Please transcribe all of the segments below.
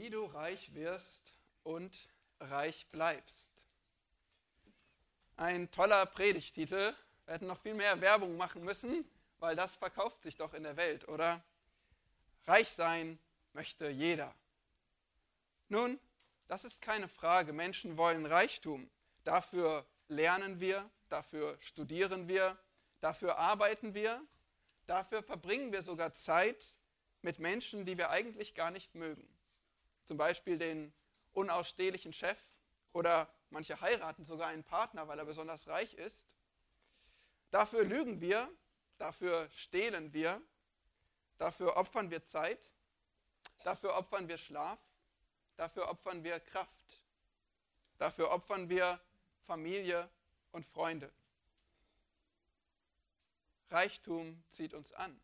Wie du reich wirst und reich bleibst. Ein toller Predigttitel. Wir hätten noch viel mehr Werbung machen müssen, weil das verkauft sich doch in der Welt, oder? Reich sein möchte jeder. Nun, das ist keine Frage. Menschen wollen Reichtum. Dafür lernen wir, dafür studieren wir, dafür arbeiten wir, dafür verbringen wir sogar Zeit mit Menschen, die wir eigentlich gar nicht mögen. Zum Beispiel den unausstehlichen Chef oder manche heiraten sogar einen Partner, weil er besonders reich ist. Dafür lügen wir, dafür stehlen wir, dafür opfern wir Zeit, dafür opfern wir Schlaf, dafür opfern wir Kraft, dafür opfern wir Familie und Freunde. Reichtum zieht uns an.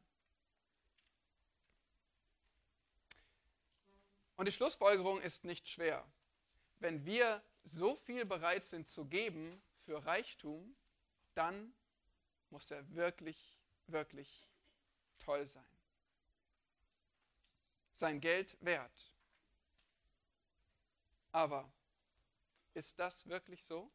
Und die Schlussfolgerung ist nicht schwer. Wenn wir so viel bereit sind zu geben für Reichtum, dann muss er wirklich, wirklich toll sein. Sein Geld wert. Aber ist das wirklich so?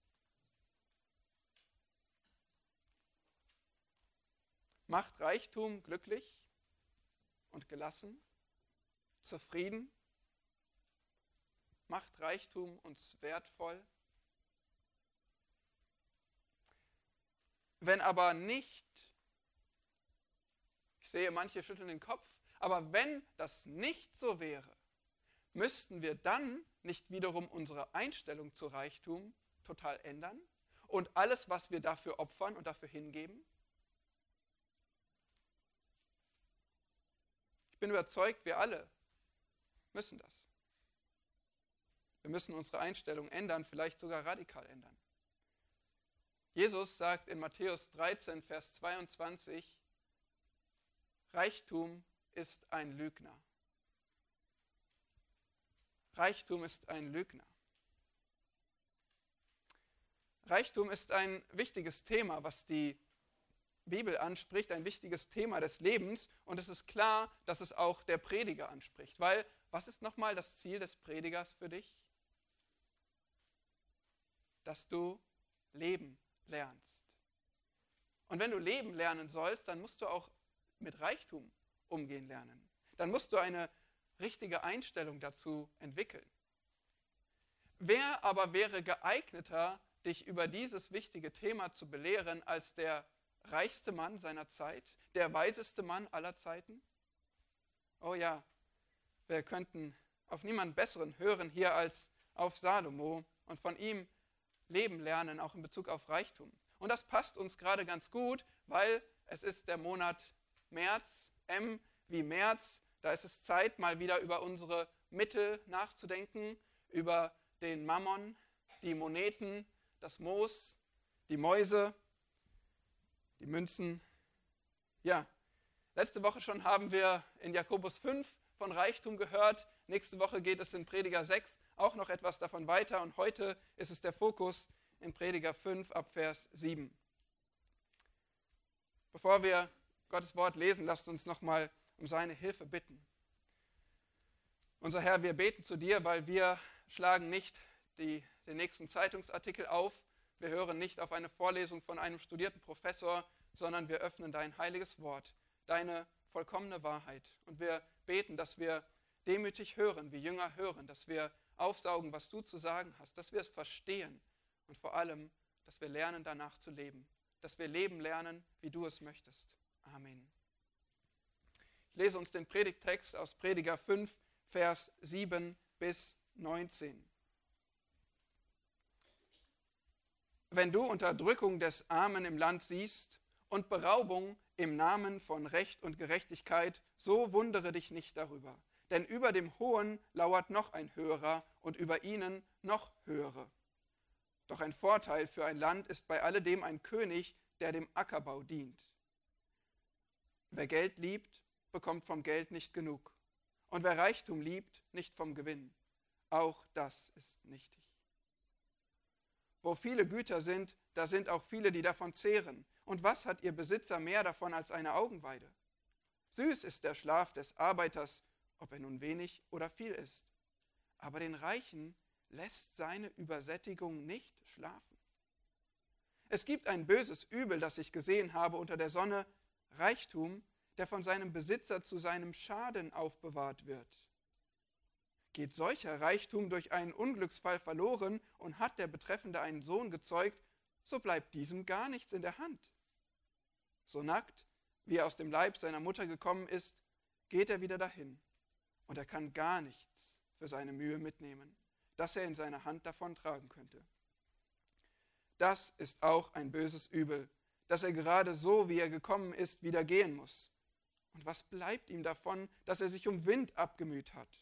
Macht Reichtum glücklich und gelassen, zufrieden? Macht Reichtum uns wertvoll? Wenn aber nicht, ich sehe, manche schütteln den Kopf, aber wenn das nicht so wäre, müssten wir dann nicht wiederum unsere Einstellung zu Reichtum total ändern und alles, was wir dafür opfern und dafür hingeben? Ich bin überzeugt, wir alle müssen das. Wir müssen unsere Einstellung ändern, vielleicht sogar radikal ändern. Jesus sagt in Matthäus 13, Vers 22, Reichtum ist ein Lügner. Reichtum ist ein Lügner. Reichtum ist ein wichtiges Thema, was die Bibel anspricht, ein wichtiges Thema des Lebens. Und es ist klar, dass es auch der Prediger anspricht. Weil, was ist nochmal das Ziel des Predigers für dich? Dass du leben lernst. Und wenn du leben lernen sollst, dann musst du auch mit Reichtum umgehen lernen. Dann musst du eine richtige Einstellung dazu entwickeln. Wer aber wäre geeigneter, dich über dieses wichtige Thema zu belehren, als der reichste Mann seiner Zeit, der weiseste Mann aller Zeiten? Oh ja, wir könnten auf niemanden Besseren hören hier als auf Salomo und von ihm leben lernen, auch in Bezug auf Reichtum. Und das passt uns gerade ganz gut, weil es ist der Monat März, M wie März. Da ist es Zeit, mal wieder über unsere Mittel nachzudenken, über den Mammon, die Moneten, das Moos, die Mäuse, die Münzen. Ja, letzte Woche schon haben wir in Jakobus 5 von Reichtum gehört. Nächste Woche geht es in Prediger 6 auch noch etwas davon weiter. Und heute ist es der Fokus in Prediger 5 ab Vers 7. Bevor wir Gottes Wort lesen, lasst uns nochmal um seine Hilfe bitten. Unser Herr, wir beten zu dir, weil wir schlagen nicht den nächsten Zeitungsartikel auf. Wir hören nicht auf eine Vorlesung von einem studierten Professor, sondern wir öffnen dein heiliges Wort, deine vollkommene Wahrheit. Und wir beten, dass wir demütig hören, wie Jünger hören, dass wir aufsaugen, was du zu sagen hast, dass wir es verstehen und vor allem, dass wir lernen, danach zu leben, dass wir leben lernen, wie du es möchtest. Amen. Ich lese uns den Predigttext aus Prediger 5, Vers 7 bis 19. Wenn du Unterdrückung des Armen im Land siehst und Beraubung im Namen von Recht und Gerechtigkeit, so wundere dich nicht darüber. Denn über dem Hohen lauert noch ein Höherer und über ihnen noch Höhere. Doch ein Vorteil für ein Land ist bei alledem ein König, der dem Ackerbau dient. Wer Geld liebt, bekommt vom Geld nicht genug. Und wer Reichtum liebt, nicht vom Gewinn. Auch das ist nichtig. Wo viele Güter sind, da sind auch viele, die davon zehren. Und was hat ihr Besitzer mehr davon als eine Augenweide? Süß ist der Schlaf des Arbeiters, ob er nun wenig oder viel ist. aber den Reichen lässt seine Übersättigung nicht schlafen. Es gibt ein böses Übel, das ich gesehen habe unter der Sonne, Reichtum, der von seinem Besitzer zu seinem Schaden aufbewahrt wird. Geht solcher Reichtum durch einen Unglücksfall verloren und hat der Betreffende einen Sohn gezeugt, so bleibt diesem gar nichts in der Hand. So nackt, wie er aus dem Leib seiner Mutter gekommen ist, geht er wieder dahin, und er kann gar nichts für seine Mühe mitnehmen, das er in seiner Hand davontragen könnte. Das ist auch ein böses Übel, dass er gerade so, wie er gekommen ist, wieder gehen muss. Und was bleibt ihm davon, dass er sich um Wind abgemüht hat?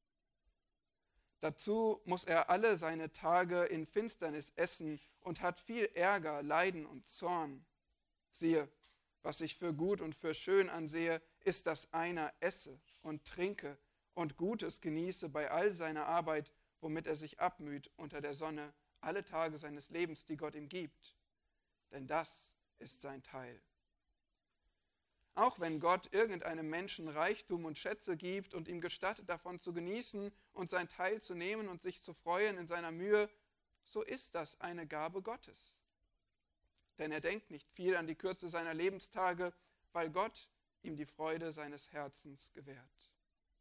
Dazu muss er alle seine Tage in Finsternis essen und hat viel Ärger, Leiden und Zorn. Siehe, was ich für gut und für schön ansehe, ist, dass einer esse und trinke und Gutes genieße bei all seiner Arbeit, womit er sich abmüht unter der Sonne, alle Tage seines Lebens, die Gott ihm gibt. Denn das ist sein Teil. Auch wenn Gott irgendeinem Menschen Reichtum und Schätze gibt und ihm gestattet, davon zu genießen und sein Teil zu nehmen und sich zu freuen in seiner Mühe, so ist das eine Gabe Gottes. Denn er denkt nicht viel an die Kürze seiner Lebenstage, weil Gott ihm die Freude seines Herzens gewährt.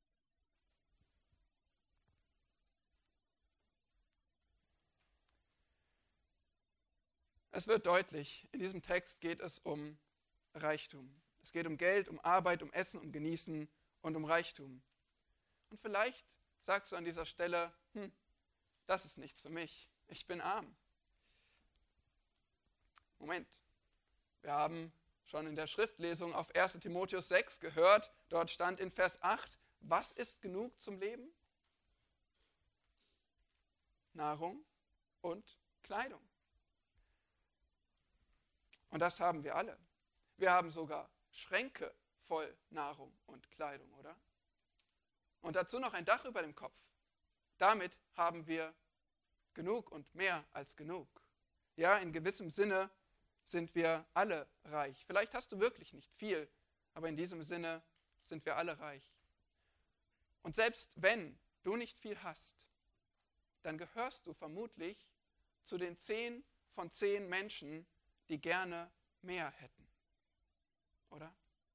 Es wird deutlich, in diesem Text geht es um Reichtum. Es geht um Geld, um Arbeit, um Essen, um Genießen und um Reichtum. Und vielleicht sagst du an dieser Stelle, das ist nichts für mich, ich bin arm. Moment, wir haben schon in der Schriftlesung auf 1. Timotheus 6 gehört, dort stand in Vers 8, was ist genug zum Leben? Nahrung und Kleidung. Und das haben wir alle. Wir haben sogar Schränke voll Nahrung und Kleidung, oder? Und dazu noch ein Dach über dem Kopf. Damit haben wir genug und mehr als genug. Ja, in gewissem Sinne sind wir alle reich. Vielleicht hast du wirklich nicht viel, aber in diesem Sinne sind wir alle reich. Und selbst wenn du nicht viel hast, dann gehörst du vermutlich zu den 10 von 10 Menschen, die gerne mehr hätten. Oder?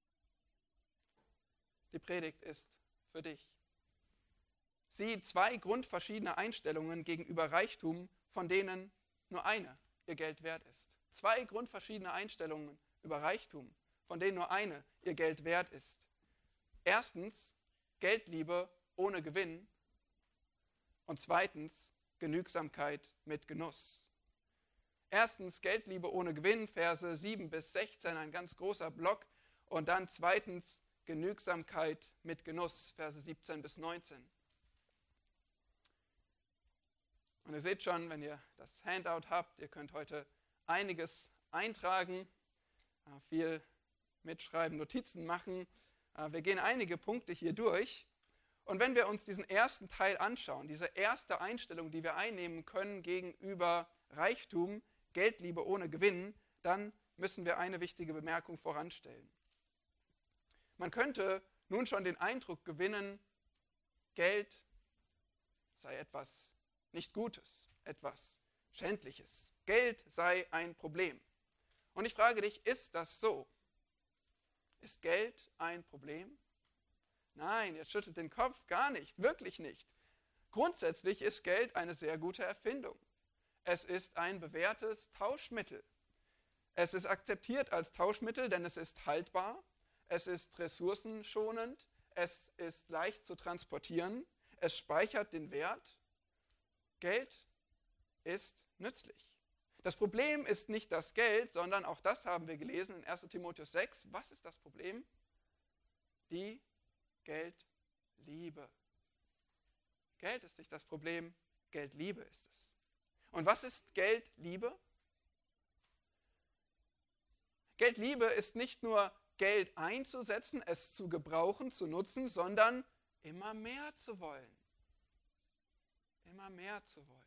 Die Predigt ist für dich. Sieh 2 grundverschiedene Einstellungen gegenüber Reichtum, von denen nur eine ihr Geld wert ist. 2 grundverschiedene Einstellungen über Reichtum, von denen nur eine ihr Geld wert ist. Erstens, Geldliebe ohne Gewinn. Und zweitens, Genügsamkeit mit Genuss. Erstens, Geldliebe ohne Gewinn, Verse 7 bis 16, ein ganz großer Block. Und dann zweitens, Genügsamkeit mit Genuss, Verse 17 bis 19. Und ihr seht schon, wenn ihr das Handout habt, ihr könnt heute einiges eintragen, viel mitschreiben, Notizen machen. Wir gehen einige Punkte hier durch. Und wenn wir uns diesen ersten Teil anschauen, diese erste Einstellung, die wir einnehmen können gegenüber Reichtum, Geldliebe ohne Gewinn, dann müssen wir eine wichtige Bemerkung voranstellen. Man könnte nun schon den Eindruck gewinnen, Geld sei etwas nicht Gutes, etwas Schändliches. Geld sei ein Problem. Und ich frage dich, ist das so? Ist Geld ein Problem? Nein, ihr schüttelt den Kopf, gar nicht, wirklich nicht. Grundsätzlich ist Geld eine sehr gute Erfindung. Es ist ein bewährtes Tauschmittel. Es ist akzeptiert als Tauschmittel, denn es ist haltbar, es ist ressourcenschonend, es ist leicht zu transportieren, es speichert den Wert. Geld ist nützlich. Das Problem ist nicht das Geld, sondern auch das haben wir gelesen in 1. Timotheus 6. Was ist das Problem? Die Geldliebe. Geld ist nicht das Problem, Geldliebe ist es. Und was ist Geldliebe? Geldliebe ist nicht nur Geld einzusetzen, es zu gebrauchen, zu nutzen, sondern immer mehr zu wollen. Immer mehr zu wollen.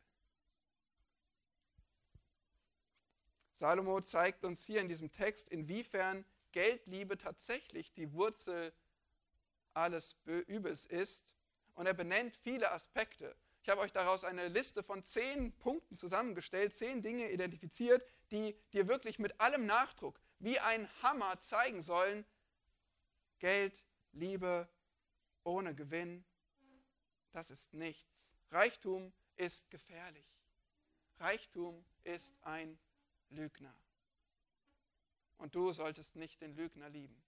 Salomo zeigt uns hier in diesem Text, inwiefern Geldliebe tatsächlich die Wurzel alles Übels ist. Und er benennt viele Aspekte. Ich habe euch daraus eine Liste von 10 Punkten zusammengestellt, 10 Dinge identifiziert, die dir wirklich mit allem Nachdruck wie ein Hammer zeigen sollen, Geld, Liebe ohne Gewinn, das ist nichts. Reichtum ist gefährlich. Reichtum ist ein Lügner. Und du solltest nicht den Lügner lieben.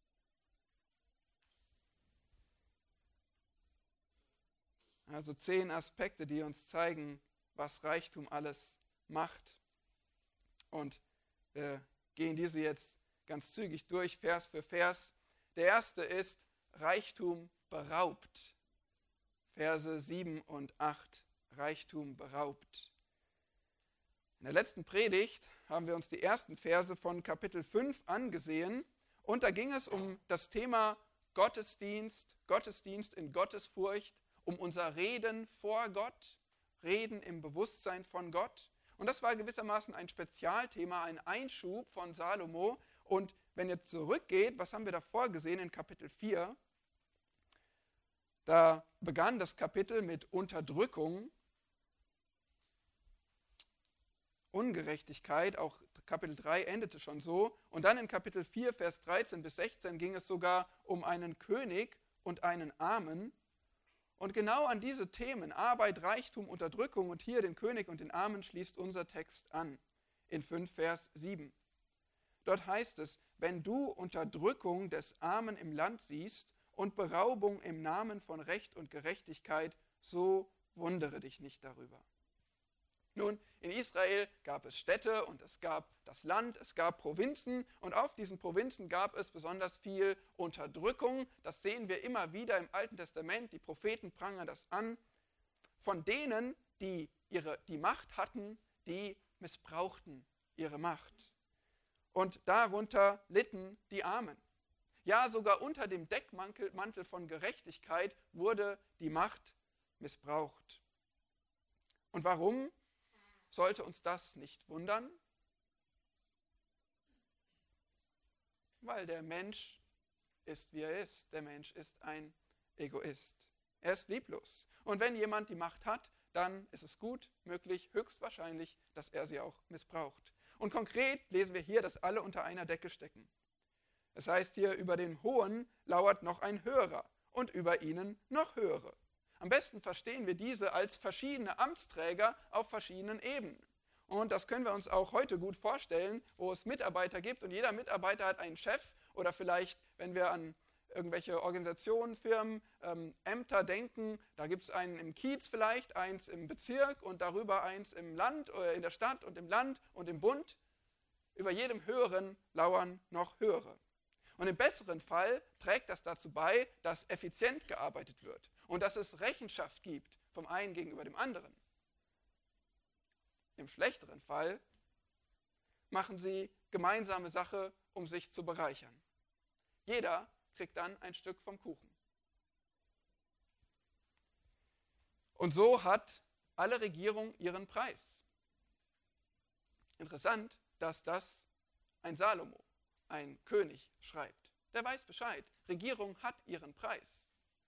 Also 10 Aspekte, die uns zeigen, was Reichtum alles macht. Und wir gehen diese jetzt ganz zügig durch, Vers für Vers. Der erste ist, Reichtum beraubt. Verse 7 und 8, Reichtum beraubt. In der letzten Predigt haben wir uns die ersten Verse von Kapitel 5 angesehen und da ging es um das Thema Gottesdienst, Gottesdienst in Gottesfurcht, um unser Reden vor Gott, Reden im Bewusstsein von Gott. Und das war gewissermaßen ein Spezialthema, ein Einschub von Salomo. Und wenn ihr zurückgeht, was haben wir davor gesehen in Kapitel 4? Da begann das Kapitel mit Unterdrückung, Ungerechtigkeit, auch Kapitel 3 endete schon so. Und dann in Kapitel 4, Vers 13 bis 16 ging es sogar um einen König und einen Armen. Und genau an diese Themen, Arbeit, Reichtum, Unterdrückung und hier den König und den Armen, schließt unser Text an, in 5, Vers 7. Dort heißt es, wenn du Unterdrückung des Armen im Land siehst und Beraubung im Namen von Recht und Gerechtigkeit, so wundere dich nicht darüber. Nun, in Israel gab es Städte und es gab das Land, es gab Provinzen und auf diesen Provinzen gab es besonders viel Unterdrückung. Das sehen wir immer wieder im Alten Testament, die Propheten prangern das an. Von denen, die die Macht hatten, die missbrauchten ihre Macht. Und darunter litten die Armen. Ja, sogar unter dem Deckmantel von Gerechtigkeit wurde die Macht missbraucht. Und warum sollte uns das nicht wundern? Weil der Mensch ist, wie er ist. Der Mensch ist ein Egoist. Er ist lieblos. Und wenn jemand die Macht hat, dann ist es gut möglich, höchstwahrscheinlich, dass er sie auch missbraucht. Und konkret lesen wir hier, dass alle unter einer Decke stecken. Es heißt hier, über den Hohen lauert noch ein Höherer und über ihnen noch Höhere. Am besten verstehen wir diese als verschiedene Amtsträger auf verschiedenen Ebenen. Und das können wir uns auch heute gut vorstellen, wo es Mitarbeiter gibt und jeder Mitarbeiter hat einen Chef oder vielleicht, wenn wir an irgendwelche Organisationen, Firmen, Ämter denken, da gibt es einen im Kiez vielleicht, eins im Bezirk und darüber eins im Land, oder in der Stadt und im Land und im Bund. Über jedem Höheren lauern noch Höhere. Und im besseren Fall trägt das dazu bei, dass effizient gearbeitet wird und dass es Rechenschaft gibt vom einen gegenüber dem anderen. Im schlechteren Fall machen sie gemeinsame Sache, um sich zu bereichern. Jeder kriegt dann ein Stück vom Kuchen. Und so hat alle Regierung ihren Preis. Interessant, dass das ein Salomo, ein König, schreibt. Der weiß Bescheid. Regierung hat ihren Preis.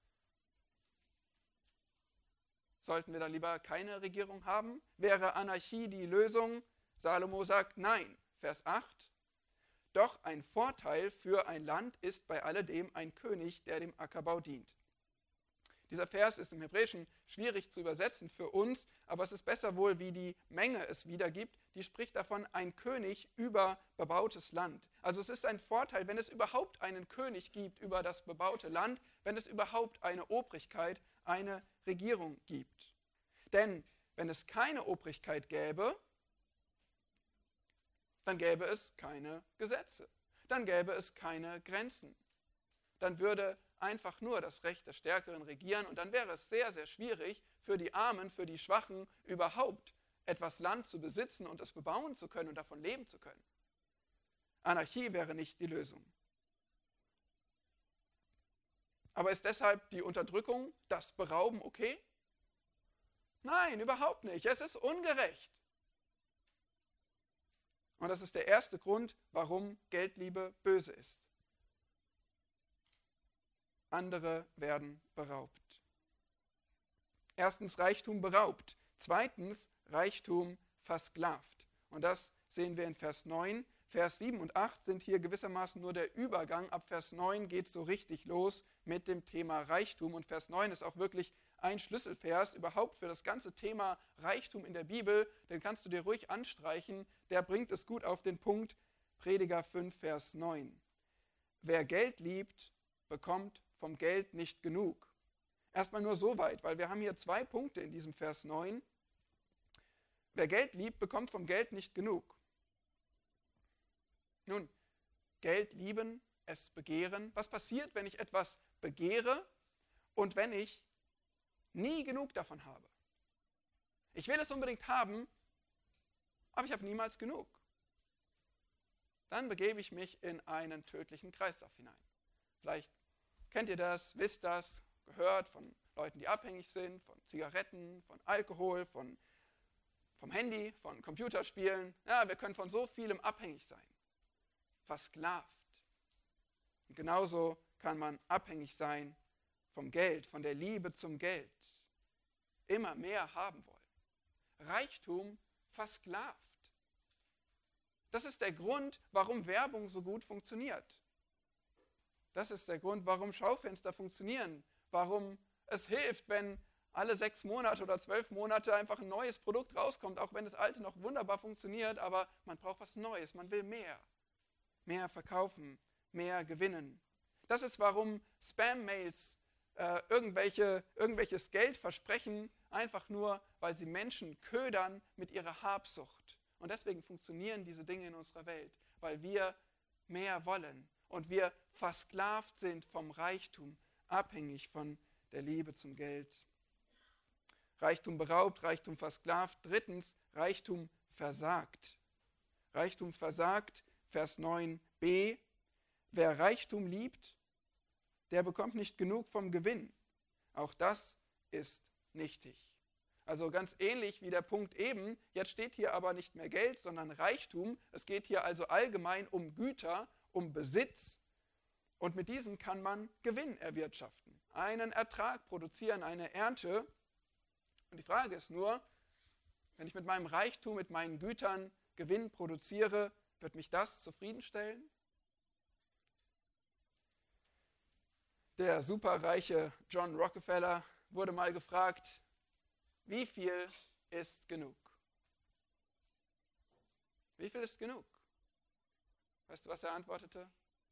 Sollten wir dann lieber keine Regierung haben? Wäre Anarchie die Lösung? Salomo sagt nein. Vers 8. Doch ein Vorteil für ein Land ist bei alledem ein König, der dem Ackerbau dient. Dieser Vers ist im Hebräischen schwierig zu übersetzen für uns, aber es ist besser wohl, wie die Menge es wiedergibt. Die spricht davon, ein König über bebautes Land. Also es ist ein Vorteil, wenn es überhaupt einen König gibt über das bebaute Land, wenn es überhaupt eine Obrigkeit, eine Regierung gibt. Denn wenn es keine Obrigkeit gäbe, dann gäbe es keine Gesetze, dann gäbe es keine Grenzen. Dann würde einfach nur das Recht des Stärkeren regieren und dann wäre es sehr, sehr schwierig für die Armen, für die Schwachen überhaupt etwas Land zu besitzen und es bebauen zu können und davon leben zu können. Anarchie wäre nicht die Lösung. Aber ist deshalb die Unterdrückung, das Berauben okay? Nein, überhaupt nicht. Es ist ungerecht. Und das ist der erste Grund, warum Geldliebe böse ist. Andere werden beraubt. Erstens Reichtum beraubt. Zweitens Reichtum versklavt. Und das sehen wir in Vers 9. Vers 7 und 8 sind hier gewissermaßen nur der Übergang. Ab Vers 9 geht es so richtig los mit dem Thema Reichtum. Und Vers 9 ist auch wirklich ein Schlüsselvers überhaupt für das ganze Thema Reichtum in der Bibel. Den kannst du dir ruhig anstreichen. Der bringt es gut auf den Punkt. Prediger 5, Vers 9. Wer Geld liebt, bekommt vom Geld nicht genug. Erstmal nur so weit, weil wir haben hier 2 Punkte in diesem Vers 9. Wer Geld liebt, bekommt vom Geld nicht genug. Nun, Geld lieben, es begehren. Was passiert, wenn ich etwas begehre und wenn ich nie genug davon habe? Ich will es unbedingt haben, aber ich habe niemals genug. Dann begebe ich mich in einen tödlichen Kreislauf hinein. Vielleicht kennt ihr das, wisst das, gehört von Leuten, die abhängig sind, von Zigaretten, von Alkohol, vom Handy, von Computerspielen. Ja, wir können von so vielem abhängig sein. Versklavt. Und genauso kann man abhängig sein vom Geld, von der Liebe zum Geld. Immer mehr haben wollen. Reichtum versklavt. Das ist der Grund, warum Werbung so gut funktioniert. Das ist der Grund, warum Schaufenster funktionieren, warum es hilft, wenn alle 6 Monate oder 12 Monate einfach ein neues Produkt rauskommt, auch wenn das alte noch wunderbar funktioniert, aber man braucht was Neues, man will mehr. Mehr verkaufen, mehr gewinnen. Das ist, warum Spam-Mails irgendwelches Geld versprechen, einfach nur, weil sie Menschen ködern mit ihrer Habsucht. Und deswegen funktionieren diese Dinge in unserer Welt, weil wir mehr wollen und wir versklavt sind vom Reichtum, abhängig von der Liebe zum Geld. Reichtum beraubt, Reichtum versklavt. Drittens, Reichtum versagt. Reichtum versagt, Vers 9b. Wer Reichtum liebt, der bekommt nicht genug vom Gewinn. Auch das ist nichtig. Also ganz ähnlich wie der Punkt eben, jetzt steht hier aber nicht mehr Geld, sondern Reichtum. Es geht hier also allgemein um Güter, um Besitz. Und mit diesem kann man Gewinn erwirtschaften, einen Ertrag produzieren, eine Ernte. Und die Frage ist nur, wenn ich mit meinem Reichtum, mit meinen Gütern Gewinn produziere, wird mich das zufriedenstellen? Der superreiche John Rockefeller wurde mal gefragt, wie viel ist genug? Wie viel ist genug? Weißt du, was er antwortete?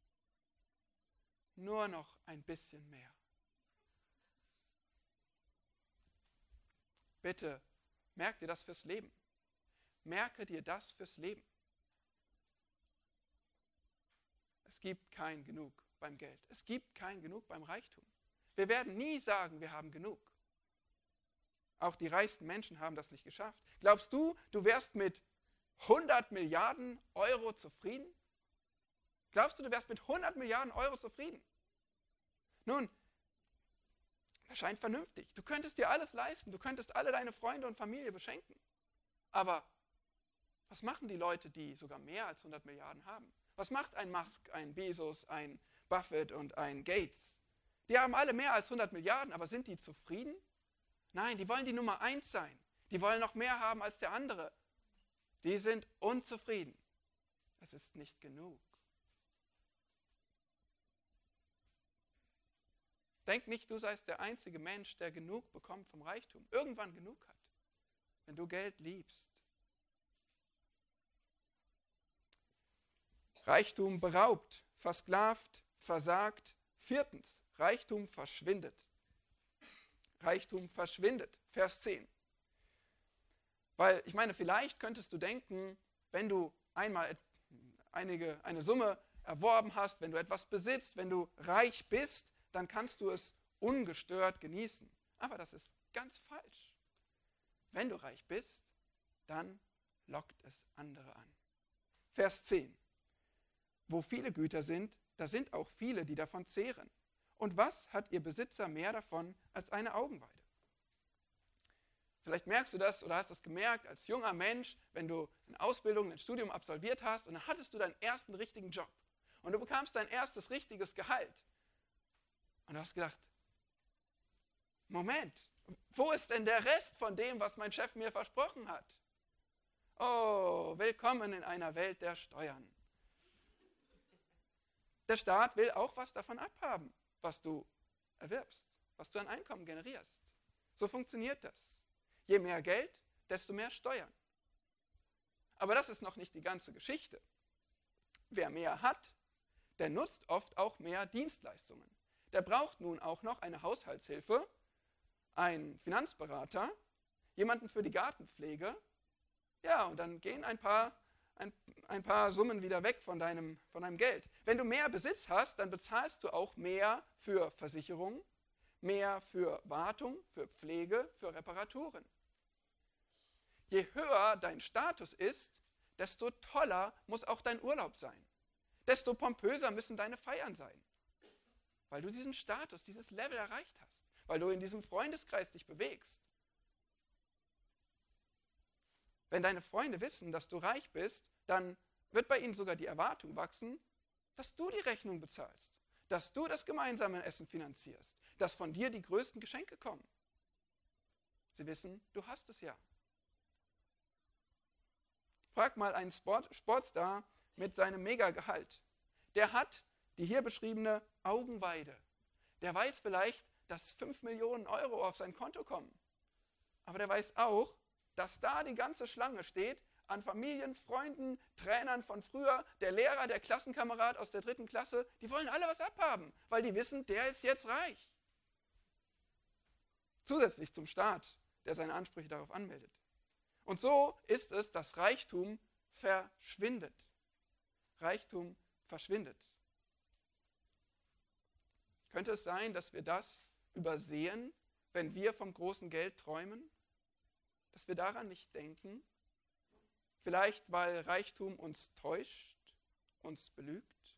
Nur noch ein bisschen mehr. Bitte, merk dir das fürs Leben. Merke dir das fürs Leben. Es gibt kein Genug beim Geld. Es gibt kein Genug beim Reichtum. Wir werden nie sagen, wir haben genug. Auch die reichsten Menschen haben das nicht geschafft. Glaubst du, du wärst mit 100 Milliarden Euro zufrieden? Glaubst du, du wärst mit 100 Milliarden Euro zufrieden? Nun, das scheint vernünftig. Du könntest dir alles leisten. Du könntest alle deine Freunde und Familie beschenken. Aber was machen die Leute, die sogar mehr als 100 Milliarden haben? Was macht ein Musk, ein Bezos, ein Buffett und ein Gates? Die haben alle mehr als 100 Milliarden, aber sind die zufrieden? Nein, die wollen die Nummer 1 sein. Die wollen noch mehr haben als der andere. Die sind unzufrieden. Das ist nicht genug. Denk nicht, du seist der einzige Mensch, der genug bekommt vom Reichtum, irgendwann genug hat, wenn du Geld liebst. Reichtum beraubt, versklavt, versagt. Viertens, Reichtum verschwindet. Reichtum verschwindet. Vers 10. Weil, ich meine, vielleicht könntest du denken, wenn du einmal eine Summe erworben hast, wenn du etwas besitzt, wenn du reich bist, dann kannst du es ungestört genießen. Aber das ist ganz falsch. Wenn du reich bist, dann lockt es andere an. Vers 10. Wo viele Güter sind, da sind auch viele, die davon zehren. Und was hat ihr Besitzer mehr davon als eine Augenweide? Vielleicht merkst du das oder hast das gemerkt als junger Mensch, wenn du eine Ausbildung, ein Studium absolviert hast und dann hattest du deinen ersten richtigen Job. Und du bekamst dein erstes richtiges Gehalt. Und du hast gedacht, Moment, Wo ist denn der Rest von dem, was mein Chef mir versprochen hat? Oh, willkommen in einer Welt der Steuern. Der Staat will auch was davon abhaben, was du erwirbst, was du an Einkommen generierst. So funktioniert das. Je mehr Geld, desto mehr Steuern. Aber das ist noch nicht die ganze Geschichte. Wer mehr hat, der nutzt oft auch mehr Dienstleistungen. Der braucht nun auch noch eine Haushaltshilfe, einen Finanzberater, jemanden für die Gartenpflege. Ja, und dann gehen ein paar Summen wieder weg von deinem Geld. Wenn du mehr Besitz hast, dann bezahlst du auch mehr für Versicherung, mehr für Wartung, für Pflege, für Reparaturen. Je höher dein Status ist, desto toller muss auch dein Urlaub sein. Desto pompöser müssen deine Feiern sein. Weil du diesen Status, dieses Level erreicht hast. Weil du in diesem Freundeskreis dich bewegst. Wenn deine Freunde wissen, dass du reich bist, dann wird bei ihnen sogar die Erwartung wachsen, dass du die Rechnung bezahlst. Dass du das gemeinsame Essen finanzierst. Dass von dir die größten Geschenke kommen. Sie wissen, du hast es ja. Frag mal einen Sportstar mit seinem Megagehalt. Der hat die hier beschriebene Augenweide. Der weiß vielleicht, dass 5 Millionen Euro auf sein Konto kommen. Aber der weiß auch, dass da die ganze Schlange steht an Familien, Freunden, Trainern von früher, der Lehrer, der Klassenkamerad aus der 3. Klasse. Die wollen alle was abhaben, weil die wissen, der ist jetzt reich. Zusätzlich zum Staat, der seine Ansprüche darauf anmeldet. Und so ist es, dass Reichtum verschwindet. Reichtum verschwindet. Könnte es sein, dass wir das übersehen, wenn wir vom großen Geld träumen? Dass wir daran nicht denken? Vielleicht, weil Reichtum uns täuscht, uns belügt?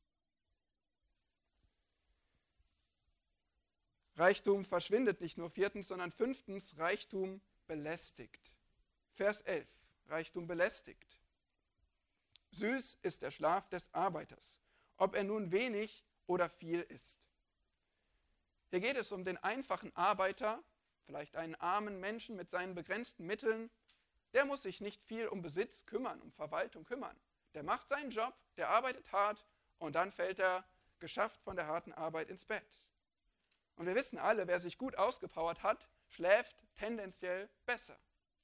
Reichtum verschwindet nicht nur 4., sondern 5. Reichtum belästigt. Vers 11. Reichtum belästigt. Süß ist der Schlaf des Arbeiters, ob er nun wenig oder viel ist. Hier geht es um den einfachen Arbeiter, vielleicht einen armen Menschen mit seinen begrenzten Mitteln. Der muss sich nicht viel um Besitz kümmern, um Verwaltung kümmern. Der macht seinen Job, der arbeitet hart und dann fällt er geschafft von der harten Arbeit ins Bett. Und wir wissen alle, wer sich gut ausgepowert hat, schläft tendenziell besser.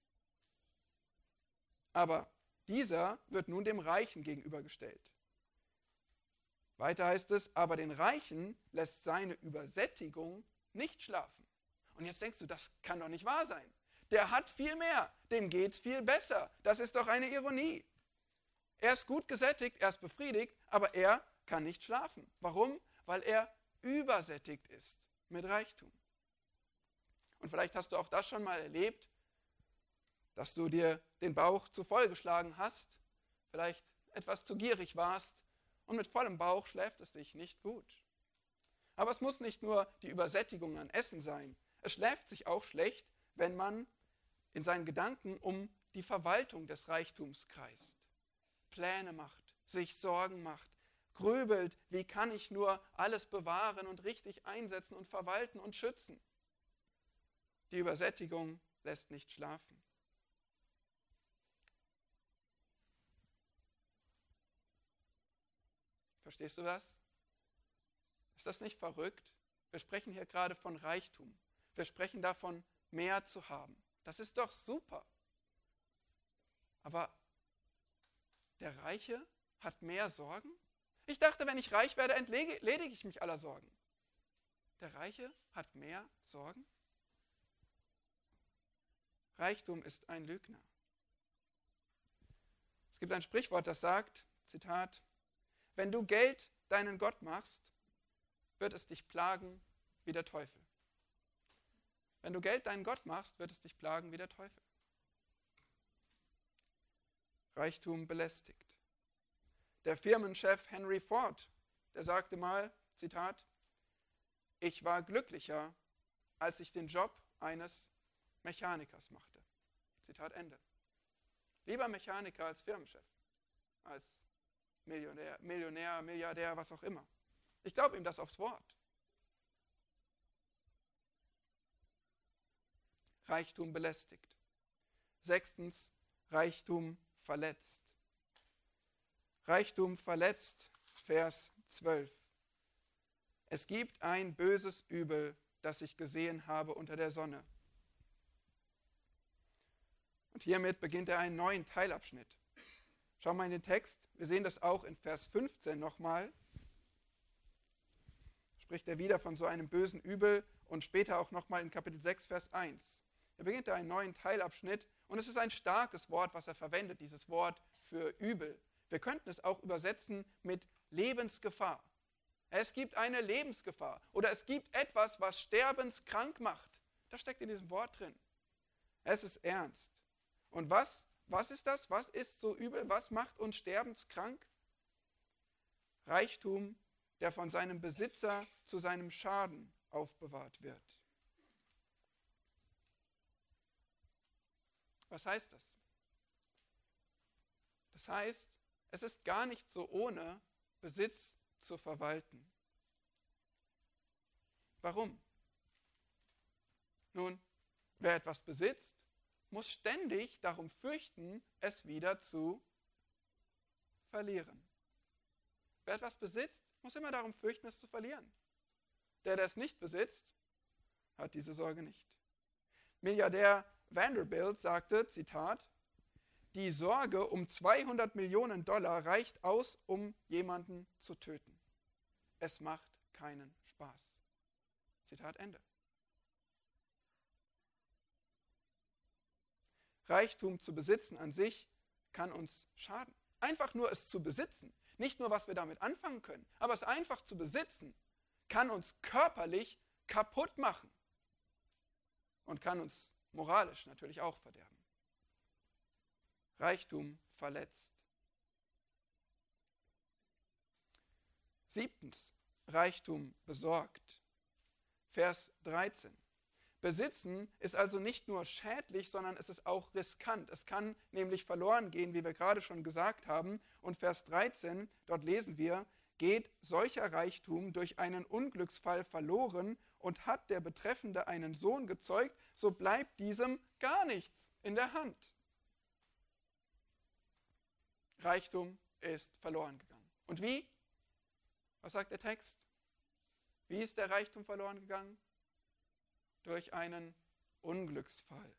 Aber dieser wird nun dem Reichen gegenübergestellt. Weiter heißt es, aber den Reichen lässt seine Übersättigung nicht schlafen. Und jetzt denkst du, das kann doch nicht wahr sein. Der hat viel mehr, dem geht's viel besser. Das ist doch eine Ironie. Er ist gut gesättigt, er ist befriedigt, aber er kann nicht schlafen. Warum? Weil er übersättigt ist mit Reichtum. Und vielleicht hast du auch das schon mal erlebt, dass du dir den Bauch zu voll geschlagen hast, vielleicht etwas zu gierig warst und mit vollem Bauch schläft es sich nicht gut. Aber es muss nicht nur die Übersättigung an Essen sein. Es schläft sich auch schlecht, wenn man in seinen Gedanken um die Verwaltung des Reichtums kreist. Pläne macht, sich Sorgen macht, grübelt, wie kann ich nur alles bewahren und richtig einsetzen und verwalten und schützen. Die Übersättigung lässt nicht schlafen. Verstehst du das? Ist das nicht verrückt? Wir sprechen hier gerade von Reichtum. Wir sprechen davon, mehr zu haben. Das ist doch super. Aber der Reiche hat mehr Sorgen? Ich dachte, wenn ich reich werde, entledige ich mich aller Sorgen. Der Reiche hat mehr Sorgen? Reichtum ist ein Lügner. Es gibt ein Sprichwort, das sagt, Zitat, wenn du Geld deinen Gott machst, wird es dich plagen wie der Teufel. Wenn du Geld deinen Gott machst, wird es dich plagen wie der Teufel. Reichtum belästigt. Der Firmenchef Henry Ford, der sagte mal, Zitat, ich war glücklicher, als ich den Job eines Mechanikers machte. Zitat Ende. Lieber Mechaniker als Firmenchef, als Millionär, Milliardär, was auch immer. Ich glaube ihm das aufs Wort. Reichtum belästigt. 6. Reichtum verletzt. Reichtum verletzt, Vers 12. Es gibt ein böses Übel, das ich gesehen habe unter der Sonne. Und hiermit beginnt er einen neuen Teilabschnitt. Schau mal in den Text. Wir sehen das auch in Vers 15 nochmal. Spricht er wieder von so einem bösen Übel und später auch nochmal in Kapitel 6, Vers 1. Er beginnt einen neuen Teilabschnitt und es ist ein starkes Wort, was er verwendet, dieses Wort für Übel. Wir könnten es auch übersetzen mit Lebensgefahr. Es gibt eine Lebensgefahr oder es gibt etwas, was sterbenskrank macht. Das steckt in diesem Wort drin. Es ist ernst. Und was ist das? Was ist so übel? Was macht uns sterbenskrank? Reichtum, der von seinem Besitzer zu seinem Schaden aufbewahrt wird. Was heißt das? Das heißt, es ist gar nicht so ohne, Besitz zu verwalten. Warum? Nun, wer etwas besitzt, muss ständig darum fürchten, es wieder zu verlieren. Wer etwas besitzt, muss immer darum fürchten, es zu verlieren. Der es nicht besitzt, hat diese Sorge nicht. Milliardär Vanderbilt sagte, Zitat, die Sorge um $200 Millionen reicht aus, um jemanden zu töten. Es macht keinen Spaß. Zitat Ende. Reichtum zu besitzen an sich kann uns schaden. Einfach nur es zu besitzen, nicht nur was wir damit anfangen können, aber es einfach zu besitzen, kann uns körperlich kaputt machen und kann uns moralisch natürlich auch verderben. Reichtum verletzt. 7. Reichtum besorgt. Vers 13. Besitzen ist also nicht nur schädlich, sondern es ist auch riskant. Es kann nämlich verloren gehen, wie wir gerade schon gesagt haben. Und Vers 13, dort lesen wir, geht solcher Reichtum durch einen Unglücksfall verloren und hat der Betreffende einen Sohn gezeugt, so bleibt diesem gar nichts in der Hand. Reichtum ist verloren gegangen. Und wie? Was sagt der Text? Wie ist der Reichtum verloren gegangen? Durch einen Unglücksfall.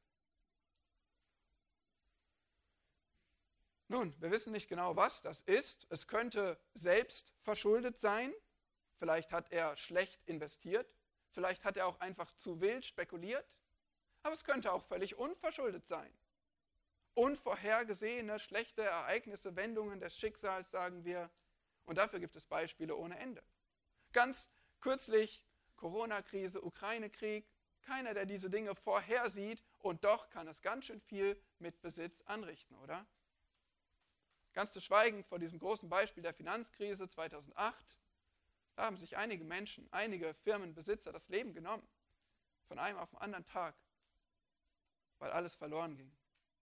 Nun, wir wissen nicht genau, was das ist. Es könnte selbst verschuldet sein. Vielleicht hat er schlecht investiert. Vielleicht hat er auch einfach zu wild spekuliert. Aber es könnte auch völlig unverschuldet sein. Unvorhergesehene, schlechte Ereignisse, Wendungen des Schicksals, sagen wir. Und dafür gibt es Beispiele ohne Ende. Ganz kürzlich Corona-Krise, Ukraine-Krieg. Keiner, der diese Dinge vorhersieht. Und doch kann es ganz schön viel mit Besitz anrichten, oder? Ganz zu schweigen von diesem großen Beispiel der Finanzkrise 2008. Da haben sich einige Menschen, einige Firmenbesitzer das Leben genommen. Von einem auf den anderen Tag. Weil alles verloren ging.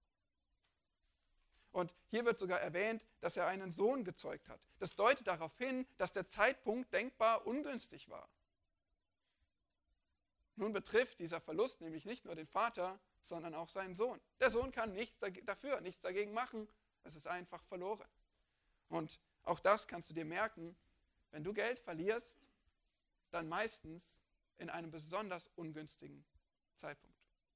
Und hier wird sogar erwähnt, dass er einen Sohn gezeugt hat. Das deutet darauf hin, dass der Zeitpunkt denkbar ungünstig war. Nun betrifft dieser Verlust nämlich nicht nur den Vater, sondern auch seinen Sohn. Der Sohn kann nichts dafür, nichts dagegen machen. Es ist einfach verloren. Und auch das kannst du dir merken, wenn du Geld verlierst, dann meistens in einem besonders ungünstigen Zeitpunkt.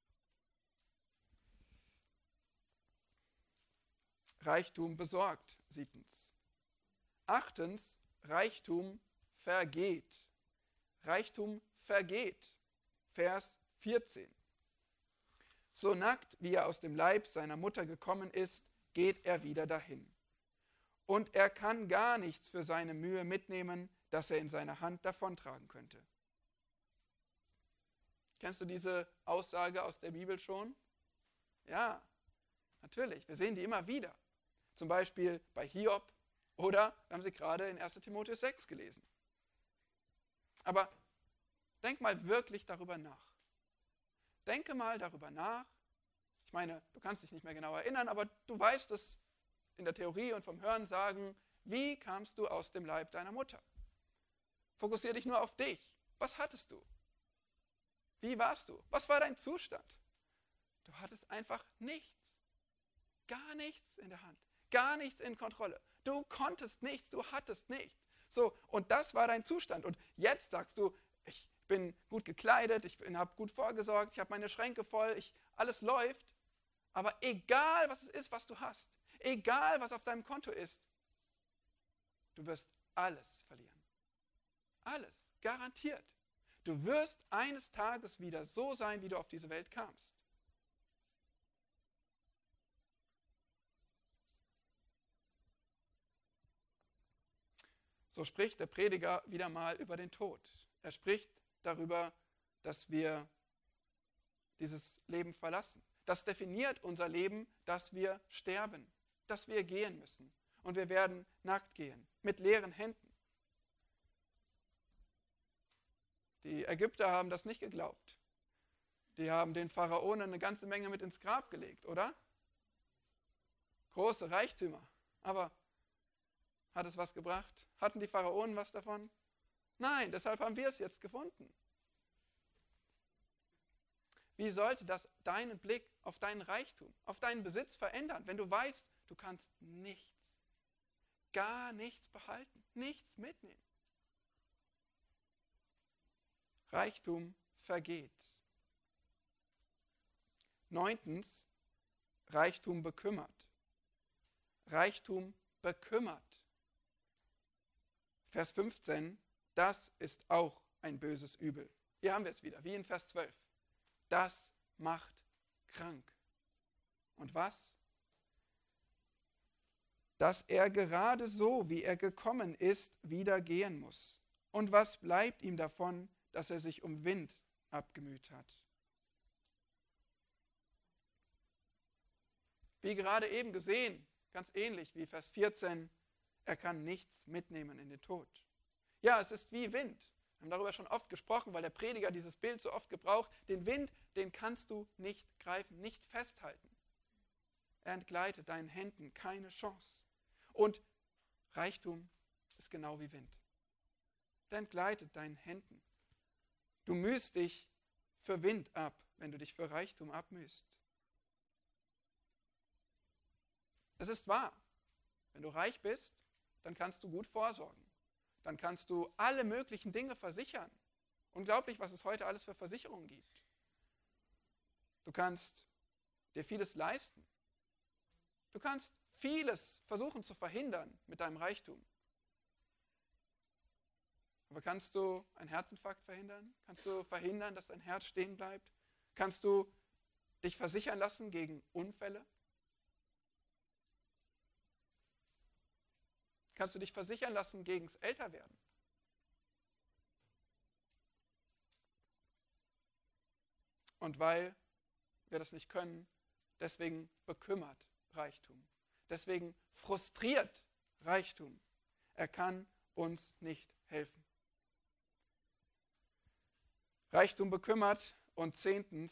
Reichtum besorgt, 7. 8. Reichtum vergeht. Reichtum vergeht. Vers 14. So nackt, wie er aus dem Leib seiner Mutter gekommen ist, geht er wieder dahin. Und er kann gar nichts für seine Mühe mitnehmen, das er in seiner Hand davontragen könnte. Kennst du diese Aussage aus der Bibel schon? Ja, natürlich. Wir sehen die immer wieder. Zum Beispiel bei Hiob oder wir haben sie gerade in 1. Timotheus 6 gelesen. Aber denk mal wirklich darüber nach. Denke mal darüber nach. Ich meine, du kannst dich nicht mehr genau erinnern, aber du weißt es in der Theorie und vom Hören sagen, wie kamst du aus dem Leib deiner Mutter? Fokussiere dich nur auf dich. Was hattest du? Wie warst du? Was war dein Zustand? Du hattest einfach nichts. Gar nichts in der Hand. Gar nichts in Kontrolle. Du konntest nichts, du hattest nichts. So, und das war dein Zustand. Und jetzt sagst du, ich bin gut gekleidet, ich habe gut vorgesorgt, ich habe meine Schränke voll, alles läuft. Aber egal, was es ist, was du hast, egal, was auf deinem Konto ist, du wirst alles verlieren. Alles, garantiert. Du wirst eines Tages wieder so sein, wie du auf diese Welt kamst. So spricht der Prediger wieder mal über den Tod. Er spricht darüber, dass wir dieses Leben verlassen. Das definiert unser Leben, dass wir sterben, dass wir gehen müssen. Und wir werden nackt gehen, mit leeren Händen. Die Ägypter haben das nicht geglaubt. Die haben den Pharaonen eine ganze Menge mit ins Grab gelegt, oder? Große Reichtümer. Aber hat es was gebracht? Hatten die Pharaonen was davon? Nein, deshalb haben wir es jetzt gefunden. Wie sollte das deinen Blick auf deinen Reichtum, auf deinen Besitz verändern, wenn du weißt, du kannst nichts, gar nichts behalten, nichts mitnehmen? Reichtum vergeht. 9. Reichtum bekümmert. Reichtum bekümmert. Vers 15, das ist auch ein böses Übel. Hier haben wir es wieder, wie in Vers 12. Das macht krank. Und was? Dass er gerade so, wie er gekommen ist, wieder gehen muss. Und was bleibt ihm davon, dass er sich um Wind abgemüht hat? Wie gerade eben gesehen, ganz ähnlich wie Vers 14, er kann nichts mitnehmen in den Tod. Ja, es ist wie Wind. Wir haben darüber schon oft gesprochen, weil der Prediger dieses Bild so oft gebraucht. Den Wind, den kannst du nicht greifen, nicht festhalten. Er entgleitet deinen Händen, keine Chance. Und Reichtum ist genau wie Wind. Der entgleitet deinen Händen. Du mühst dich für Wind ab, wenn du dich für Reichtum abmühst. Es ist wahr, wenn du reich bist, dann kannst du gut vorsorgen. Dann kannst du alle möglichen Dinge versichern. Unglaublich, was es heute alles für Versicherungen gibt. Du kannst dir vieles leisten. Du kannst vieles versuchen zu verhindern mit deinem Reichtum. Aber kannst du einen Herzinfarkt verhindern? Kannst du verhindern, dass dein Herz stehen bleibt? Kannst du dich versichern lassen gegen Unfälle? Kannst du dich versichern lassen gegen das Älterwerden? Und weil wir das nicht können, deswegen bekümmert Reichtum. Deswegen frustriert Reichtum. Er kann uns nicht helfen. Reichtum bekümmert und 10.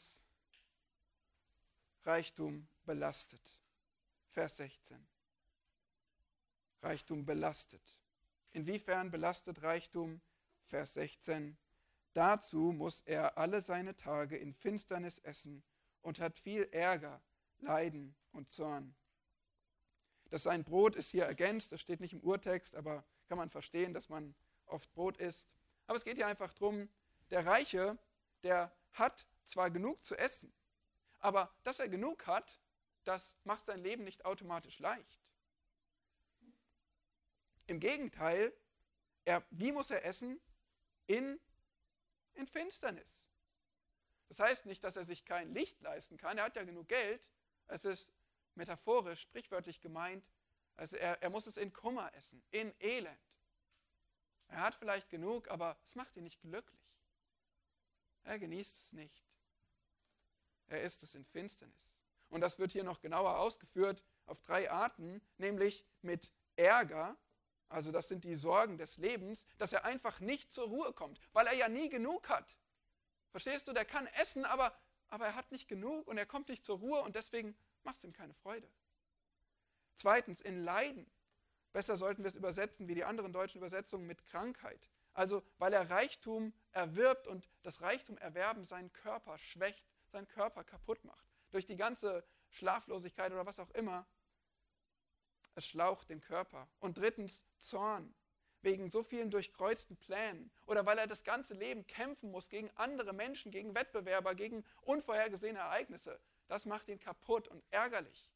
Reichtum belastet. Vers 16. Reichtum belastet. Inwiefern belastet Reichtum? Vers 16. Dazu muss er alle seine Tage in Finsternis essen und hat viel Ärger, Leiden und Zorn. Das sein Brot ist hier ergänzt, das steht nicht im Urtext, aber kann man verstehen, dass man oft Brot isst. Aber es geht hier einfach darum, der Reiche, der hat zwar genug zu essen, aber dass er genug hat, das macht sein Leben nicht automatisch leicht. Im Gegenteil, wie muss er essen? In Finsternis. Das heißt nicht, dass er sich kein Licht leisten kann, er hat ja genug Geld. Es ist metaphorisch, sprichwörtlich gemeint, also er muss es in Kummer essen, in Elend. Er hat vielleicht genug, aber es macht ihn nicht glücklich. Er genießt es nicht. Er isst es in Finsternis. Und das wird hier noch genauer ausgeführt auf 3 Arten, nämlich mit Ärger, also das sind die Sorgen des Lebens, dass er einfach nicht zur Ruhe kommt, weil er ja nie genug hat. Verstehst du, der kann essen, aber er hat nicht genug und er kommt nicht zur Ruhe und deswegen macht es ihm keine Freude. 2. in Leiden. Besser sollten wir es übersetzen wie die anderen deutschen Übersetzungen mit Krankheit. Also weil er Reichtum erwirbt und das Reichtum erwerben seinen Körper schwächt, seinen Körper kaputt macht. durch die ganze Schlaflosigkeit oder was auch immer. Es schlaucht den Körper. Und drittens Zorn, wegen so vielen durchkreuzten Plänen oder weil er das ganze Leben kämpfen muss gegen andere Menschen, gegen Wettbewerber, gegen unvorhergesehene Ereignisse. Das macht ihn kaputt und ärgerlich.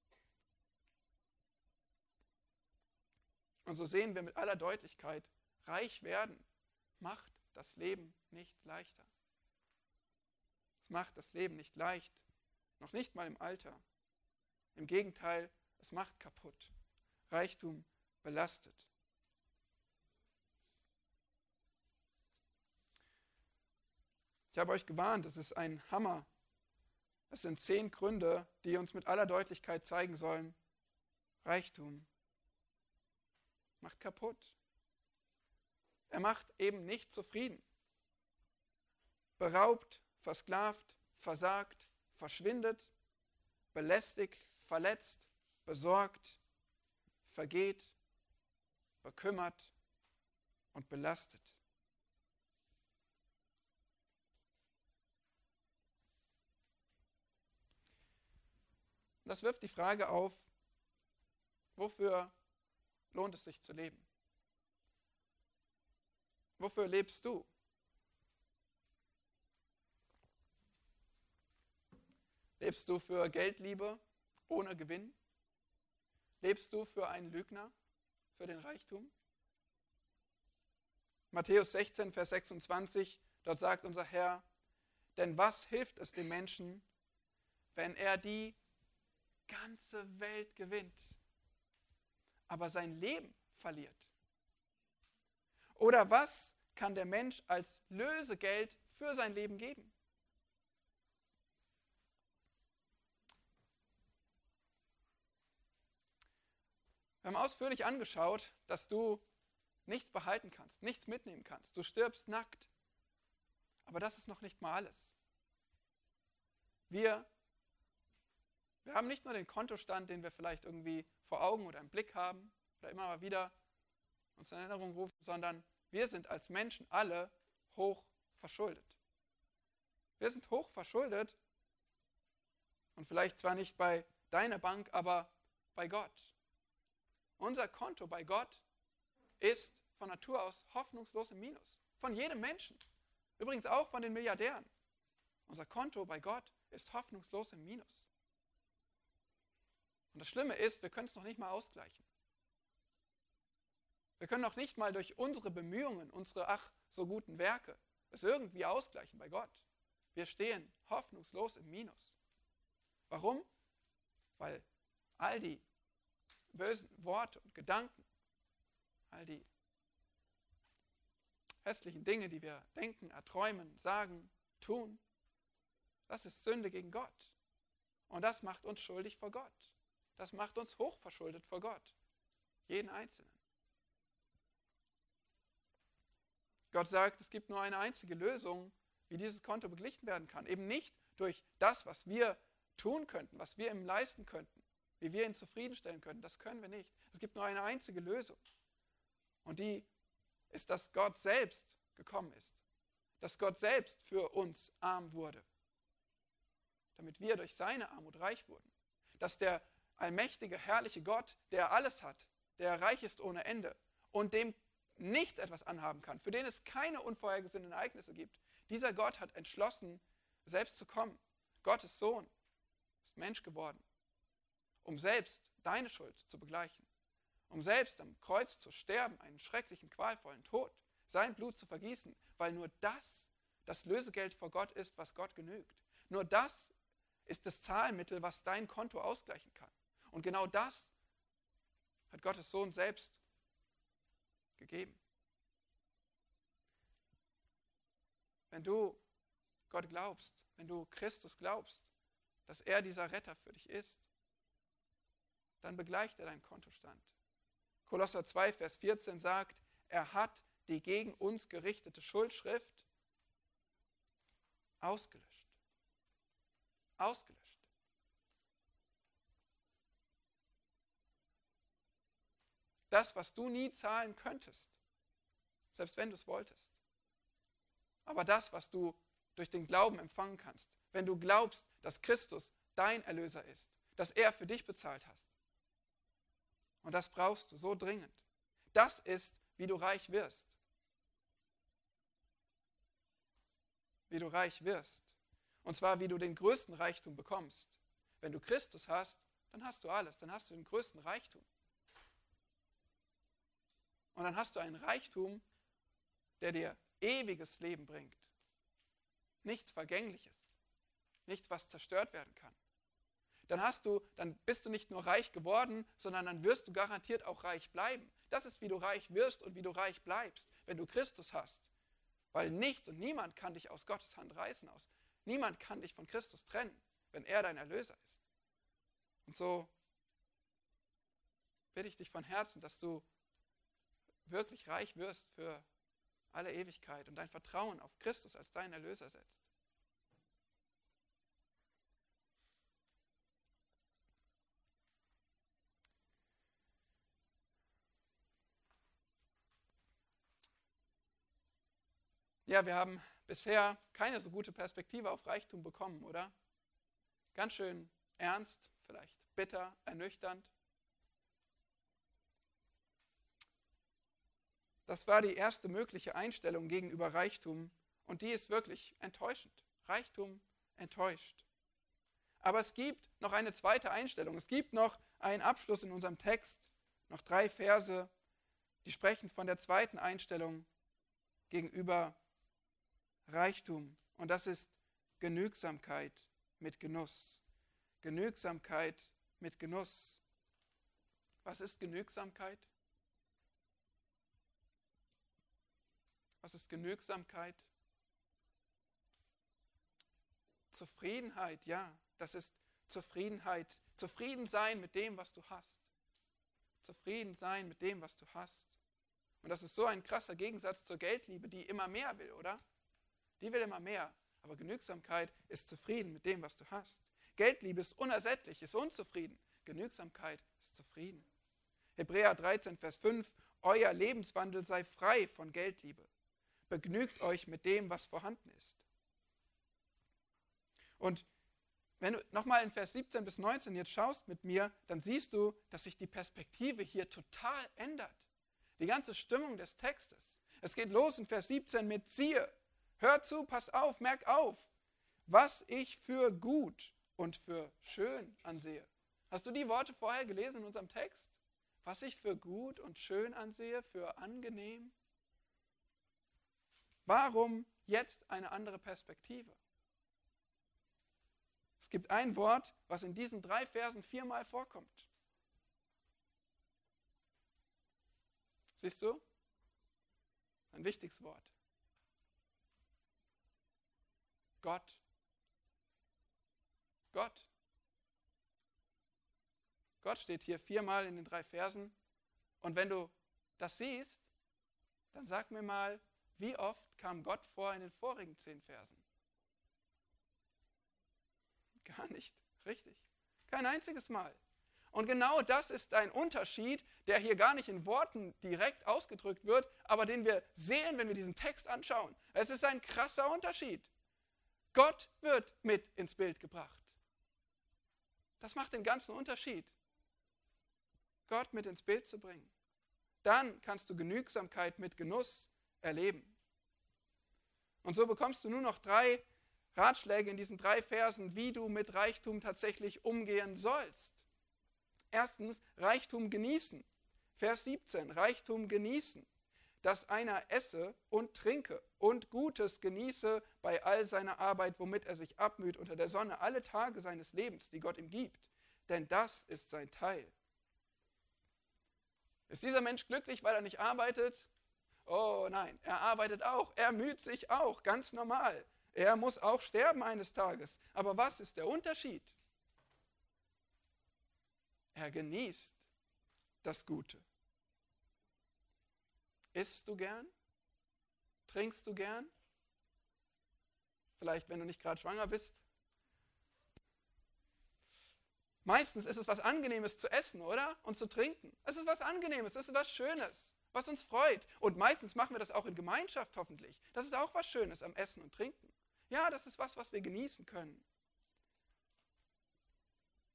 Und so sehen wir mit aller Deutlichkeit, reich werden macht das Leben nicht leichter. Es macht das Leben nicht leicht, noch nicht mal im Alter. Im Gegenteil, es macht kaputt. Reichtum belastet. Ich habe euch gewarnt, es ist ein Hammer. Es sind 10 Gründe, die uns mit aller Deutlichkeit zeigen sollen, Reichtum macht kaputt. Er macht eben nicht zufrieden. Beraubt, versklavt, versagt, verschwindet, belästigt, verletzt, besorgt, vergeht, bekümmert und belastet. Das wirft die Frage auf, wofür lohnt es sich zu leben? Wofür lebst du? Lebst du für Geldliebe ohne Gewinn? Lebst du für einen Lügner, für den Reichtum? Matthäus 16, Vers 26, dort sagt unser Herr, denn was hilft es dem Menschen, wenn er die ganze Welt gewinnt, aber sein Leben verliert? Oder was kann der Mensch als Lösegeld für sein Leben geben? Wir haben ausführlich angeschaut, dass du nichts behalten kannst, nichts mitnehmen kannst. Du stirbst nackt. Aber das ist noch nicht mal alles. Wir haben nicht nur den Kontostand, den wir vielleicht irgendwie vor Augen oder im Blick haben oder immer mal wieder uns in Erinnerung rufen, sondern wir sind als Menschen alle hoch verschuldet. Wir sind hoch verschuldet und vielleicht zwar nicht bei deiner Bank, aber bei Gott. Unser Konto bei Gott ist von Natur aus hoffnungslos im Minus. Von jedem Menschen. Übrigens auch von den Milliardären. Unser Konto bei Gott ist hoffnungslos im Minus. Und das Schlimme ist, wir können es noch nicht mal ausgleichen. Wir können noch nicht mal durch unsere Bemühungen, unsere ach so guten Werke, es irgendwie ausgleichen bei Gott. Wir stehen hoffnungslos im Minus. Warum? Weil all die bösen Worte und Gedanken, all die hässlichen Dinge, die wir denken, erträumen, sagen, tun, das ist Sünde gegen Gott. Und das macht uns schuldig vor Gott. Das macht uns hochverschuldet vor Gott. Jeden Einzelnen. Gott sagt, es gibt nur eine einzige Lösung, wie dieses Konto beglichen werden kann. Eben nicht durch das, was wir tun könnten, was wir ihm leisten könnten, wie wir ihn zufriedenstellen könnten. Das können wir nicht. Es gibt nur eine einzige Lösung. Und die ist, dass Gott selbst gekommen ist. Dass Gott selbst für uns arm wurde. Damit wir durch seine Armut reich wurden. Dass der allmächtige, herrliche Gott, der alles hat, der reich ist ohne Ende und dem nichts etwas anhaben kann, für den es keine unvorhergesehenen Ereignisse gibt, dieser Gott hat entschlossen, selbst zu kommen. Gottes Sohn ist Mensch geworden, um selbst deine Schuld zu begleichen, um selbst am Kreuz zu sterben, einen schrecklichen, qualvollen Tod, sein Blut zu vergießen, weil nur das Lösegeld vor Gott ist, was Gott genügt. Nur das ist das Zahlmittel, was dein Konto ausgleichen kann. Und genau das hat Gottes Sohn selbst gegeben. Wenn du Gott glaubst, wenn du Christus glaubst, dass er dieser Retter für dich ist, dann begleicht er deinen Kontostand. Kolosser 2, Vers 14 sagt, er hat die gegen uns gerichtete Schuldschrift ausgelöscht. Ausgelöscht. Das, was du nie zahlen könntest, selbst wenn du es wolltest. Aber das, was du durch den Glauben empfangen kannst, wenn du glaubst, dass Christus dein Erlöser ist, dass er für dich bezahlt hat. Und das brauchst du so dringend. Das ist, wie du reich wirst. Wie du reich wirst. Und zwar, wie du den größten Reichtum bekommst. Wenn du Christus hast, dann hast du alles. Dann hast du den größten Reichtum. Und dann hast du einen Reichtum, der dir ewiges Leben bringt. Nichts Vergängliches. Nichts, was zerstört werden kann. Dann bist du nicht nur reich geworden, sondern dann wirst du garantiert auch reich bleiben. Das ist, wie du reich wirst und wie du reich bleibst, wenn du Christus hast. Weil nichts und niemand kann dich aus Gottes Hand reißen. Niemand kann dich von Christus trennen, wenn er dein Erlöser ist. Und so bitte ich dich von Herzen, dass du wirklich reich wirst für alle Ewigkeit und dein Vertrauen auf Christus als deinen Erlöser setzt. Ja, wir haben bisher keine so gute Perspektive auf Reichtum bekommen, oder? Ganz schön ernst, vielleicht bitter, ernüchternd. Das war die erste mögliche Einstellung gegenüber Reichtum und die ist wirklich enttäuschend. Reichtum enttäuscht. Aber es gibt noch eine zweite Einstellung. Es gibt noch einen Abschluss in unserem Text, noch 3 Verse, die sprechen von der zweiten Einstellung gegenüber Reichtum. Und das ist Genügsamkeit mit Genuss. Genügsamkeit mit Genuss. Was ist Genügsamkeit? Was ist Genügsamkeit? Zufriedenheit, ja, das ist Zufriedenheit. Zufrieden sein mit dem, was du hast. Zufrieden sein mit dem, was du hast. Und das ist so ein krasser Gegensatz zur Geldliebe, die immer mehr will, oder? Die will immer mehr. Aber Genügsamkeit ist zufrieden mit dem, was du hast. Geldliebe ist unersättlich, ist unzufrieden. Genügsamkeit ist zufrieden. Hebräer 13, Vers 5. Euer Lebenswandel sei frei von Geldliebe. Begnügt euch mit dem, was vorhanden ist. Und wenn du nochmal in Vers 17 bis 19 jetzt schaust mit mir, dann siehst du, dass sich die Perspektive hier total ändert. Die ganze Stimmung des Textes. Es geht los in Vers 17 mit siehe. Hör zu, pass auf, merk auf, was ich für gut und für schön ansehe. Hast du die Worte vorher gelesen in unserem Text? Was ich für gut und schön ansehe, für angenehm? Warum jetzt eine andere Perspektive? Es gibt ein Wort, was in diesen 3 Versen 4-mal vorkommt. Siehst du? Ein wichtiges Wort. Gott. Gott. Gott steht hier 4-mal in den 3 Versen. Und wenn du das siehst, dann sag mir mal, wie oft kam Gott vor in den vorigen 10 Versen? Gar nicht, richtig. Kein einziges Mal. Und genau das ist ein Unterschied, der hier gar nicht in Worten direkt ausgedrückt wird, aber den wir sehen, wenn wir diesen Text anschauen. Es ist ein krasser Unterschied. Gott wird mit ins Bild gebracht. Das macht den ganzen Unterschied. Gott mit ins Bild zu bringen. Dann kannst du Genügsamkeit mit Genuss erleben. Und so bekommst du nur noch 3 Ratschläge in diesen 3 Versen, wie du mit Reichtum tatsächlich umgehen sollst. Erstens, Reichtum genießen. Vers 17, Reichtum genießen. Dass einer esse und trinke und Gutes genieße bei all seiner Arbeit, womit er sich abmüht unter der Sonne, alle Tage seines Lebens, die Gott ihm gibt. Denn das ist sein Teil. Ist dieser Mensch glücklich, weil er nicht arbeitet? Oh nein, er arbeitet auch, er müht sich auch, ganz normal. Er muss auch sterben eines Tages. Aber was ist der Unterschied? Er genießt das Gute. Isst du gern? Trinkst du gern? Vielleicht, wenn du nicht gerade schwanger bist. Meistens ist es was Angenehmes zu essen, oder? Und zu trinken. Es ist was Angenehmes, es ist was Schönes, was uns freut. Und meistens machen wir das auch in Gemeinschaft hoffentlich. Das ist auch was Schönes am Essen und Trinken. Ja, das ist was wir genießen können.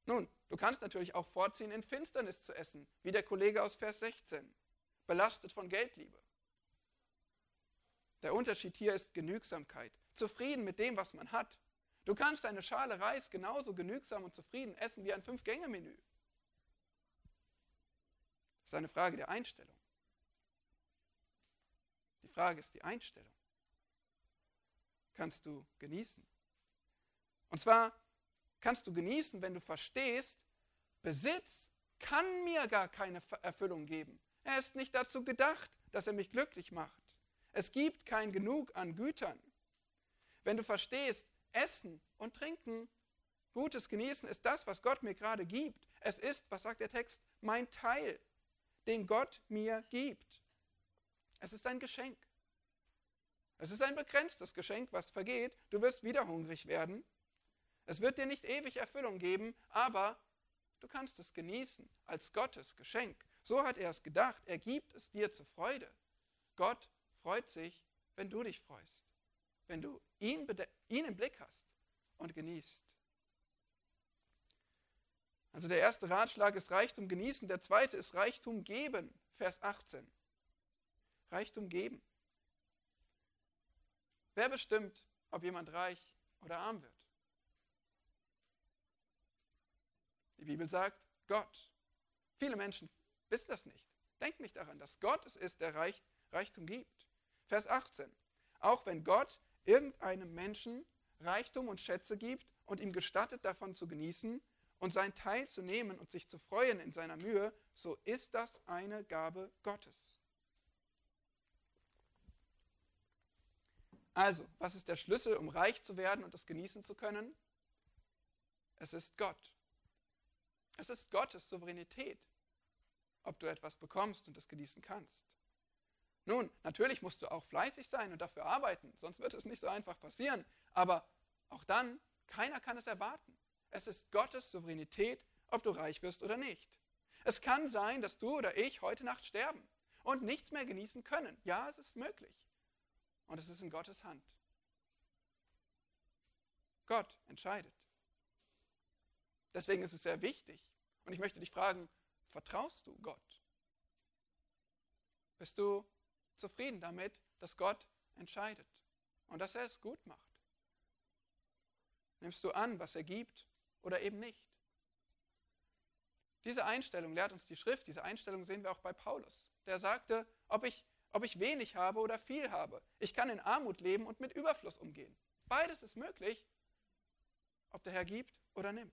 Nun, du kannst natürlich auch vorziehen, in Finsternis zu essen, wie der Kollege aus Vers 16, belastet von Geldliebe. Der Unterschied hier ist Genügsamkeit, zufrieden mit dem, was man hat. Du kannst eine Schale Reis genauso genügsam und zufrieden essen wie ein 5-Gänge-Menü. Das ist eine Frage der Einstellung. Die Frage ist die Einstellung. Kannst du genießen? Und zwar kannst du genießen, wenn du verstehst, Besitz kann mir gar keine Erfüllung geben. Er ist nicht dazu gedacht, dass er mich glücklich macht. Es gibt kein Genug an Gütern. Wenn du verstehst, Essen und Trinken, gutes Genießen ist das, was Gott mir gerade gibt. Es ist, was sagt der Text, mein Teil, den Gott mir gibt. Es ist ein Geschenk. Es ist ein begrenztes Geschenk, was vergeht. Du wirst wieder hungrig werden. Es wird dir nicht ewig Erfüllung geben, aber du kannst es genießen als Gottes Geschenk. So hat er es gedacht. Er gibt es dir zur Freude. Gott freut sich, wenn du dich freust, wenn du ihn im Blick hast und genießt. Also der erste Ratschlag ist Reichtum genießen, der zweite ist Reichtum geben, Vers 18. Reichtum geben. Wer bestimmt, ob jemand reich oder arm wird? Die Bibel sagt, Gott. Viele Menschen wissen das nicht. Denkt nicht daran, dass Gott es ist, der Reichtum gibt. Vers 18. Auch wenn Gott irgendeinem Menschen Reichtum und Schätze gibt und ihm gestattet, davon zu genießen und sein Teil zu nehmen und sich zu freuen in seiner Mühe, so ist das eine Gabe Gottes. Also, was ist der Schlüssel, um reich zu werden und das genießen zu können? Es ist Gott. Es ist Gottes Souveränität, ob du etwas bekommst und es genießen kannst. Nun, natürlich musst du auch fleißig sein und dafür arbeiten, sonst wird es nicht so einfach passieren. Aber auch dann, keiner kann es erwarten. Es ist Gottes Souveränität, ob du reich wirst oder nicht. Es kann sein, dass du oder ich heute Nacht sterben und nichts mehr genießen können. Ja, es ist möglich. Und es ist in Gottes Hand. Gott entscheidet. Deswegen ist es sehr wichtig. Und ich möchte dich fragen, vertraust du Gott? Bist du zufrieden damit, dass Gott entscheidet und dass er es gut macht? Nimmst du an, was er gibt oder eben nicht? Diese Einstellung lehrt uns die Schrift. Diese Einstellung sehen wir auch bei Paulus. Der sagte, ob ich wenig habe oder viel habe. Ich kann in Armut leben und mit Überfluss umgehen. Beides ist möglich, ob der Herr gibt oder nimmt.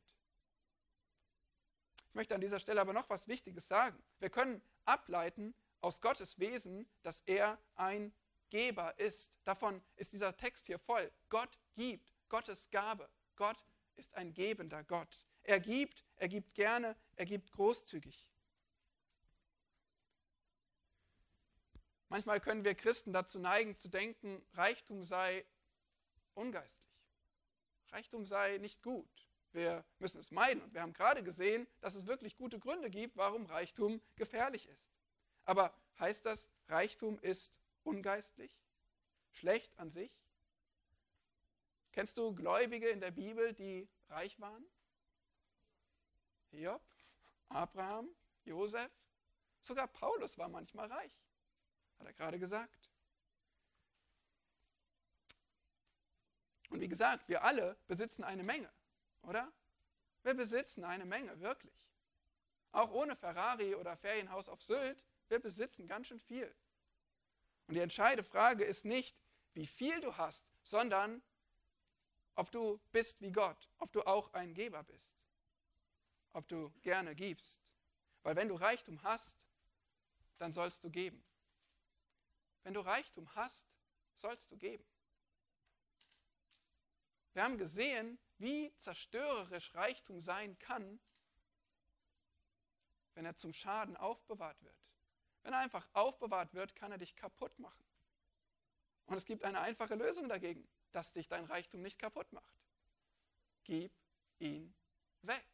Ich möchte an dieser Stelle aber noch was Wichtiges sagen. Wir können ableiten aus Gottes Wesen, dass er ein Geber ist. Davon ist dieser Text hier voll. Gott gibt, Gottes Gabe. Gott ist ein gebender Gott. Er gibt gerne, er gibt großzügig. Manchmal können wir Christen dazu neigen, zu denken, Reichtum sei ungeistlich. Reichtum sei nicht gut. Wir müssen es meiden. Und wir haben gerade gesehen, dass es wirklich gute Gründe gibt, warum Reichtum gefährlich ist. Aber heißt das, Reichtum ist ungeistlich? Schlecht an sich? Kennst du Gläubige in der Bibel, die reich waren? Hiob, Abraham, Josef, sogar Paulus war manchmal reich. Hat er gerade gesagt. Und wie gesagt, wir alle besitzen eine Menge, oder? Wir besitzen eine Menge, wirklich. Auch ohne Ferrari oder Ferienhaus auf Sylt, wir besitzen ganz schön viel. Und die entscheidende Frage ist nicht, wie viel du hast, sondern ob du bist wie Gott, ob du auch ein Geber bist, ob du gerne gibst. Weil wenn du Reichtum hast, dann sollst du geben. Wenn du Reichtum hast, sollst du geben. Wir haben gesehen, wie zerstörerisch Reichtum sein kann, wenn er zum Schaden aufbewahrt wird. Wenn er einfach aufbewahrt wird, kann er dich kaputt machen. Und es gibt eine einfache Lösung dagegen, dass dich dein Reichtum nicht kaputt macht. Gib ihn weg.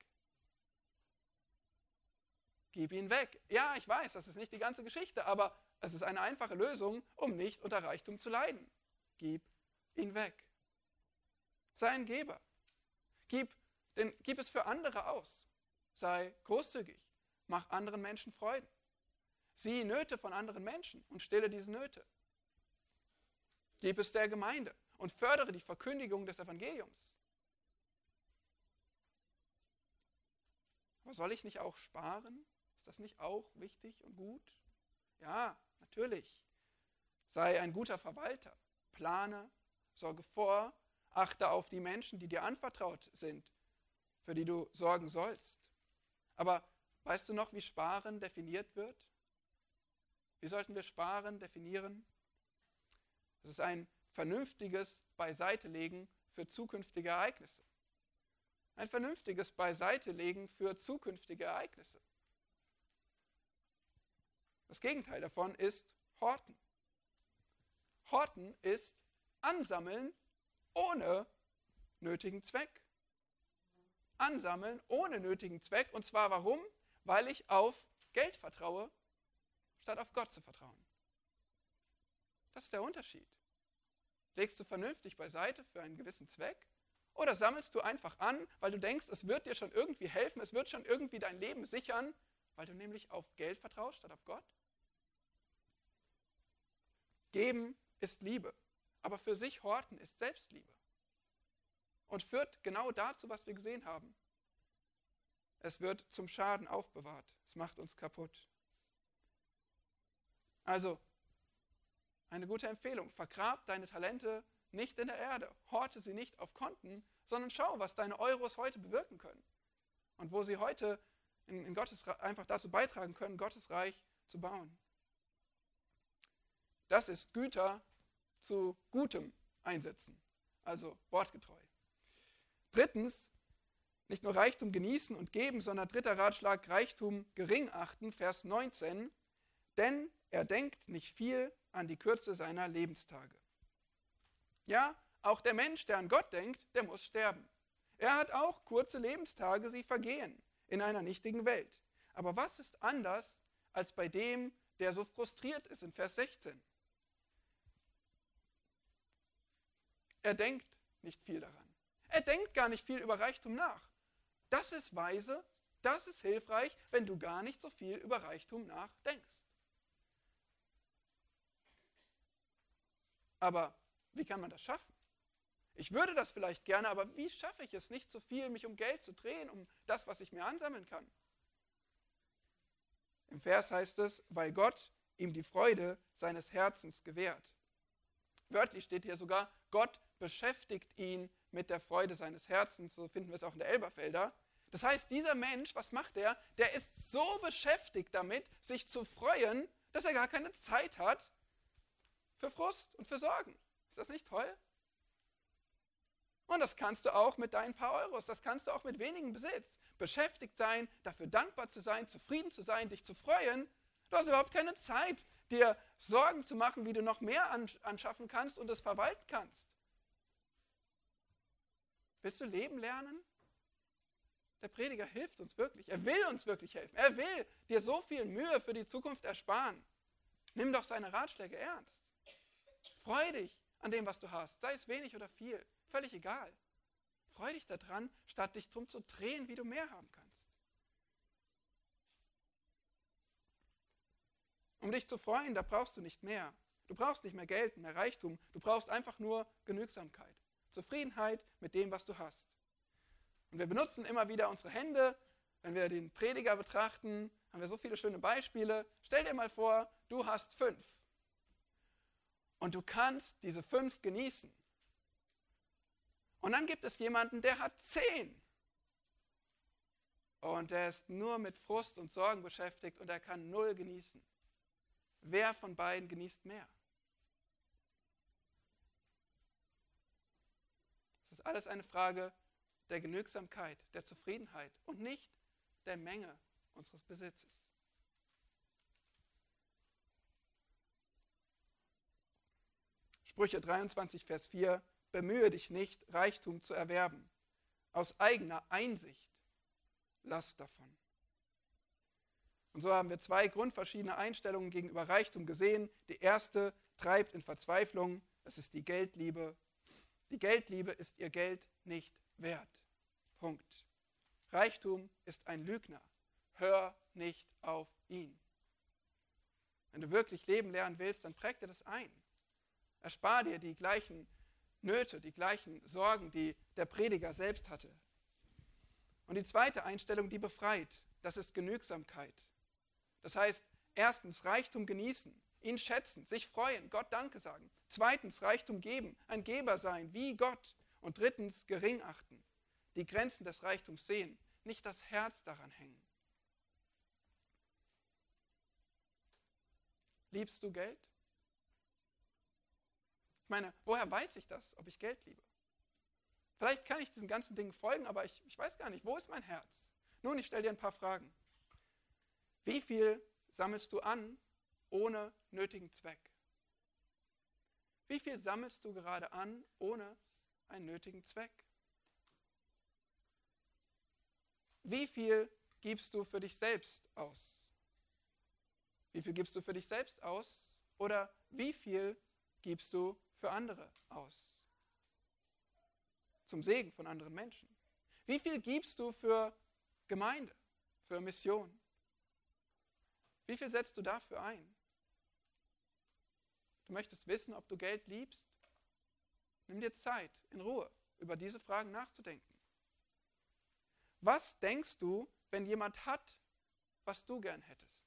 Gib ihn weg. Ja, ich weiß, das ist nicht die ganze Geschichte, aber es ist eine einfache Lösung, um nicht unter Reichtum zu leiden. Gib ihn weg. Sei ein Geber. Gib es für andere aus. sei großzügig, mach anderen Menschen Freuden. Sieh Nöte von anderen Menschen und stille diese Nöte. Gib es der Gemeinde und fördere die Verkündigung des Evangeliums. Aber soll ich nicht auch sparen? Ist das nicht auch wichtig und gut? Ja, natürlich. Sei ein guter Verwalter, plane, sorge vor, achte auf die Menschen, die dir anvertraut sind, für die du sorgen sollst. Aber weißt du noch, wie Sparen definiert wird? Wie sollten wir Sparen definieren? Es ist ein vernünftiges Beiseitelegen für zukünftige Ereignisse. Ein vernünftiges Beiseitelegen für zukünftige Ereignisse. Das Gegenteil davon ist Horten. Horten ist Ansammeln ohne nötigen Zweck. Ansammeln ohne nötigen Zweck. Und zwar warum? Weil ich auf Geld vertraue, statt auf Gott zu vertrauen. Das ist der Unterschied. Legst du vernünftig beiseite für einen gewissen Zweck oder sammelst du einfach an, weil du denkst, es wird dir schon irgendwie helfen, es wird schon irgendwie dein Leben sichern, weil du nämlich auf Geld vertraust, statt auf Gott? Geben ist Liebe, aber für sich horten ist Selbstliebe und führt genau dazu, was wir gesehen haben. Es wird zum Schaden aufbewahrt, es macht uns kaputt. Also, eine gute Empfehlung, vergrab deine Talente nicht in der Erde, horte sie nicht auf Konten, sondern schau, was deine Euros heute bewirken können und wo sie heute in Gottes einfach dazu beitragen können, Gottes Reich zu bauen. Das ist Güter zu Gutem einsetzen, also wortgetreu. Drittens, nicht nur Reichtum genießen und geben, sondern dritter Ratschlag, Reichtum gering achten, Vers 19, denn er denkt nicht viel an die Kürze seiner Lebenstage. Ja, auch der Mensch, der an Gott denkt, der muss sterben. Er hat auch kurze Lebenstage, sie vergehen in einer nichtigen Welt. Aber was ist anders als bei dem, der so frustriert ist in Vers 16? Er denkt nicht viel daran. Er denkt gar nicht viel über Reichtum nach. Das ist weise, das ist hilfreich, wenn du gar nicht so viel über Reichtum nachdenkst. Aber wie kann man das schaffen? Ich würde das vielleicht gerne, aber wie schaffe ich es, nicht so viel mich um Geld zu drehen, um das, was ich mir ansammeln kann? Im Vers heißt es, weil Gott ihm die Freude seines Herzens gewährt. Wörtlich steht hier sogar, Gott beschäftigt ihn mit der Freude seines Herzens, so finden wir es auch in der Elberfelder. Das heißt, dieser Mensch, was macht er? Der ist so beschäftigt damit, sich zu freuen, dass er gar keine Zeit hat für Frust und für Sorgen. Ist das nicht toll? Und das kannst du auch mit deinen paar Euros, das kannst du auch mit wenigen Besitz. Beschäftigt sein, dafür dankbar zu sein, zufrieden zu sein, dich zu freuen. Du hast überhaupt keine Zeit, dir Sorgen zu machen, wie du noch mehr anschaffen kannst und es verwalten kannst. Willst du leben lernen? Der Prediger hilft uns wirklich. Er will uns wirklich helfen. Er will dir so viel Mühe für die Zukunft ersparen. Nimm doch seine Ratschläge ernst. Freu dich an dem, was du hast. Sei es wenig oder viel. Völlig egal. Freu dich daran, statt dich drum zu drehen, wie du mehr haben kannst. Um dich zu freuen, da brauchst du nicht mehr. Du brauchst nicht mehr Geld, mehr Reichtum. Du brauchst einfach nur Genügsamkeit. Zufriedenheit mit dem, was du hast. Und wir benutzen immer wieder unsere Hände. Wenn wir den Prediger betrachten, haben wir so viele schöne Beispiele. Stell dir mal vor, du hast 5. Und du kannst diese 5 genießen. Und dann gibt es jemanden, der hat 10. Und der ist nur mit Frust und Sorgen beschäftigt und er kann 0 genießen. Wer von beiden genießt mehr? Es ist alles eine Frage der Genügsamkeit, der Zufriedenheit und nicht der Menge unseres Besitzes. Sprüche 23, Vers 4, bemühe dich nicht, Reichtum zu erwerben. Aus eigener Einsicht lass davon. Und so haben wir 2 grundverschiedene Einstellungen gegenüber Reichtum gesehen. Die erste treibt in Verzweiflung, das ist die Geldliebe. Die Geldliebe ist ihr Geld nicht wert. Punkt. Reichtum ist ein Lügner. Hör nicht auf ihn. Wenn du wirklich leben lernen willst, dann präg dir das ein. Erspar dir die gleichen Nöte, die gleichen Sorgen, die der Prediger selbst hatte. Und die zweite Einstellung, die befreit, das ist Genügsamkeit. Das heißt, erstens Reichtum genießen, ihn schätzen, sich freuen, Gott Danke sagen. Zweitens Reichtum geben, ein Geber sein, wie Gott. Und drittens gering achten, die Grenzen des Reichtums sehen, nicht das Herz daran hängen. Liebst du Geld? Ich meine, woher weiß ich das, ob ich Geld liebe? Vielleicht kann ich diesen ganzen Dingen folgen, aber ich weiß gar nicht, wo ist mein Herz? Nun, ich stelle dir ein paar Fragen. Wie viel sammelst du an ohne nötigen Zweck? Wie viel sammelst du gerade an ohne einen nötigen Zweck? Wie viel gibst du für dich selbst aus? Wie viel gibst du für dich selbst aus? Oder wie viel gibst du für andere aus? Zum Segen von anderen Menschen. Wie viel gibst du für Gemeinde, für Mission? Wie viel setzt du dafür ein? Du möchtest wissen, ob du Geld liebst? Nimm dir Zeit, in Ruhe, über diese Fragen nachzudenken. Was denkst du, wenn jemand hat, was du gern hättest?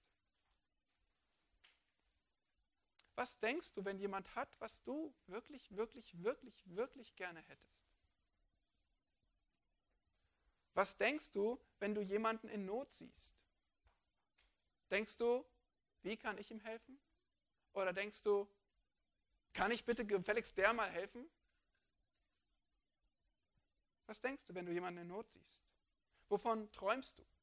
Was denkst du, wenn jemand hat, was du wirklich, wirklich, wirklich, wirklich gerne hättest? Was denkst du, wenn du jemanden in Not siehst? Denkst du, wie kann ich ihm helfen? Oder denkst du, kann ich bitte gefälligst der mal helfen? Was denkst du, wenn du jemanden in Not siehst? Wovon träumst du?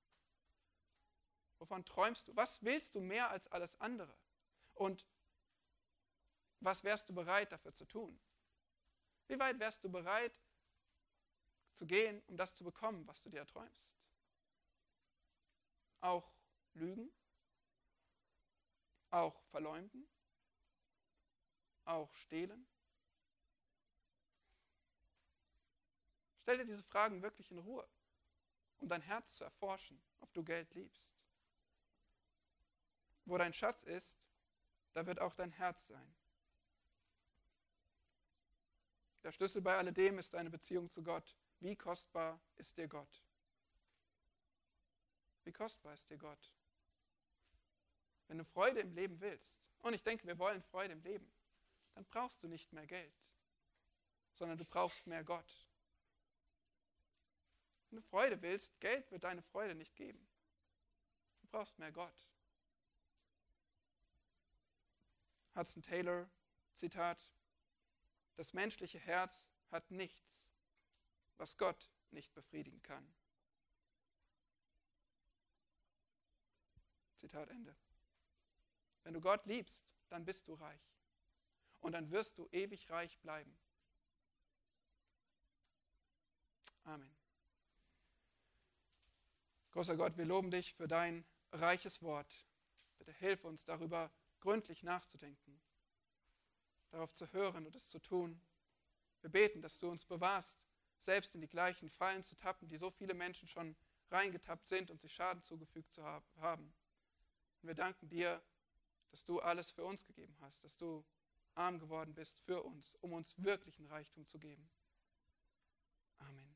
Wovon träumst du? Was willst du mehr als alles andere? Und was wärst du bereit dafür zu tun? Wie weit wärst du bereit zu gehen, um das zu bekommen, was du dir erträumst? Auch lügen? Auch verleumden? Auch stehlen? Stell dir diese Fragen wirklich in Ruhe, um dein Herz zu erforschen, ob du Geld liebst. Wo dein Schatz ist, da wird auch dein Herz sein. Der Schlüssel bei alledem ist deine Beziehung zu Gott. Wie kostbar ist dir Gott? Wie kostbar ist dir Gott? Wenn du Freude im Leben willst, und ich denke, wir wollen Freude im Leben, dann brauchst du nicht mehr Geld, sondern du brauchst mehr Gott. Wenn du Freude willst, Geld wird deine Freude nicht geben. Du brauchst mehr Gott. Hudson Taylor, Zitat: Das menschliche Herz hat nichts, was Gott nicht befriedigen kann. Zitat Ende. Wenn du Gott liebst, dann bist du reich. Und dann wirst du ewig reich bleiben. Amen. Großer Gott, wir loben dich für dein reiches Wort. Bitte hilf uns darüber gründlich nachzudenken, darauf zu hören und es zu tun. Wir beten, dass du uns bewahrst, selbst in die gleichen Fallen zu tappen, die so viele Menschen schon reingetappt sind und sich Schaden zugefügt zu haben. Und wir danken dir, dass du alles für uns gegeben hast, dass du arm geworden bist für uns, um uns wirklichen Reichtum zu geben. Amen.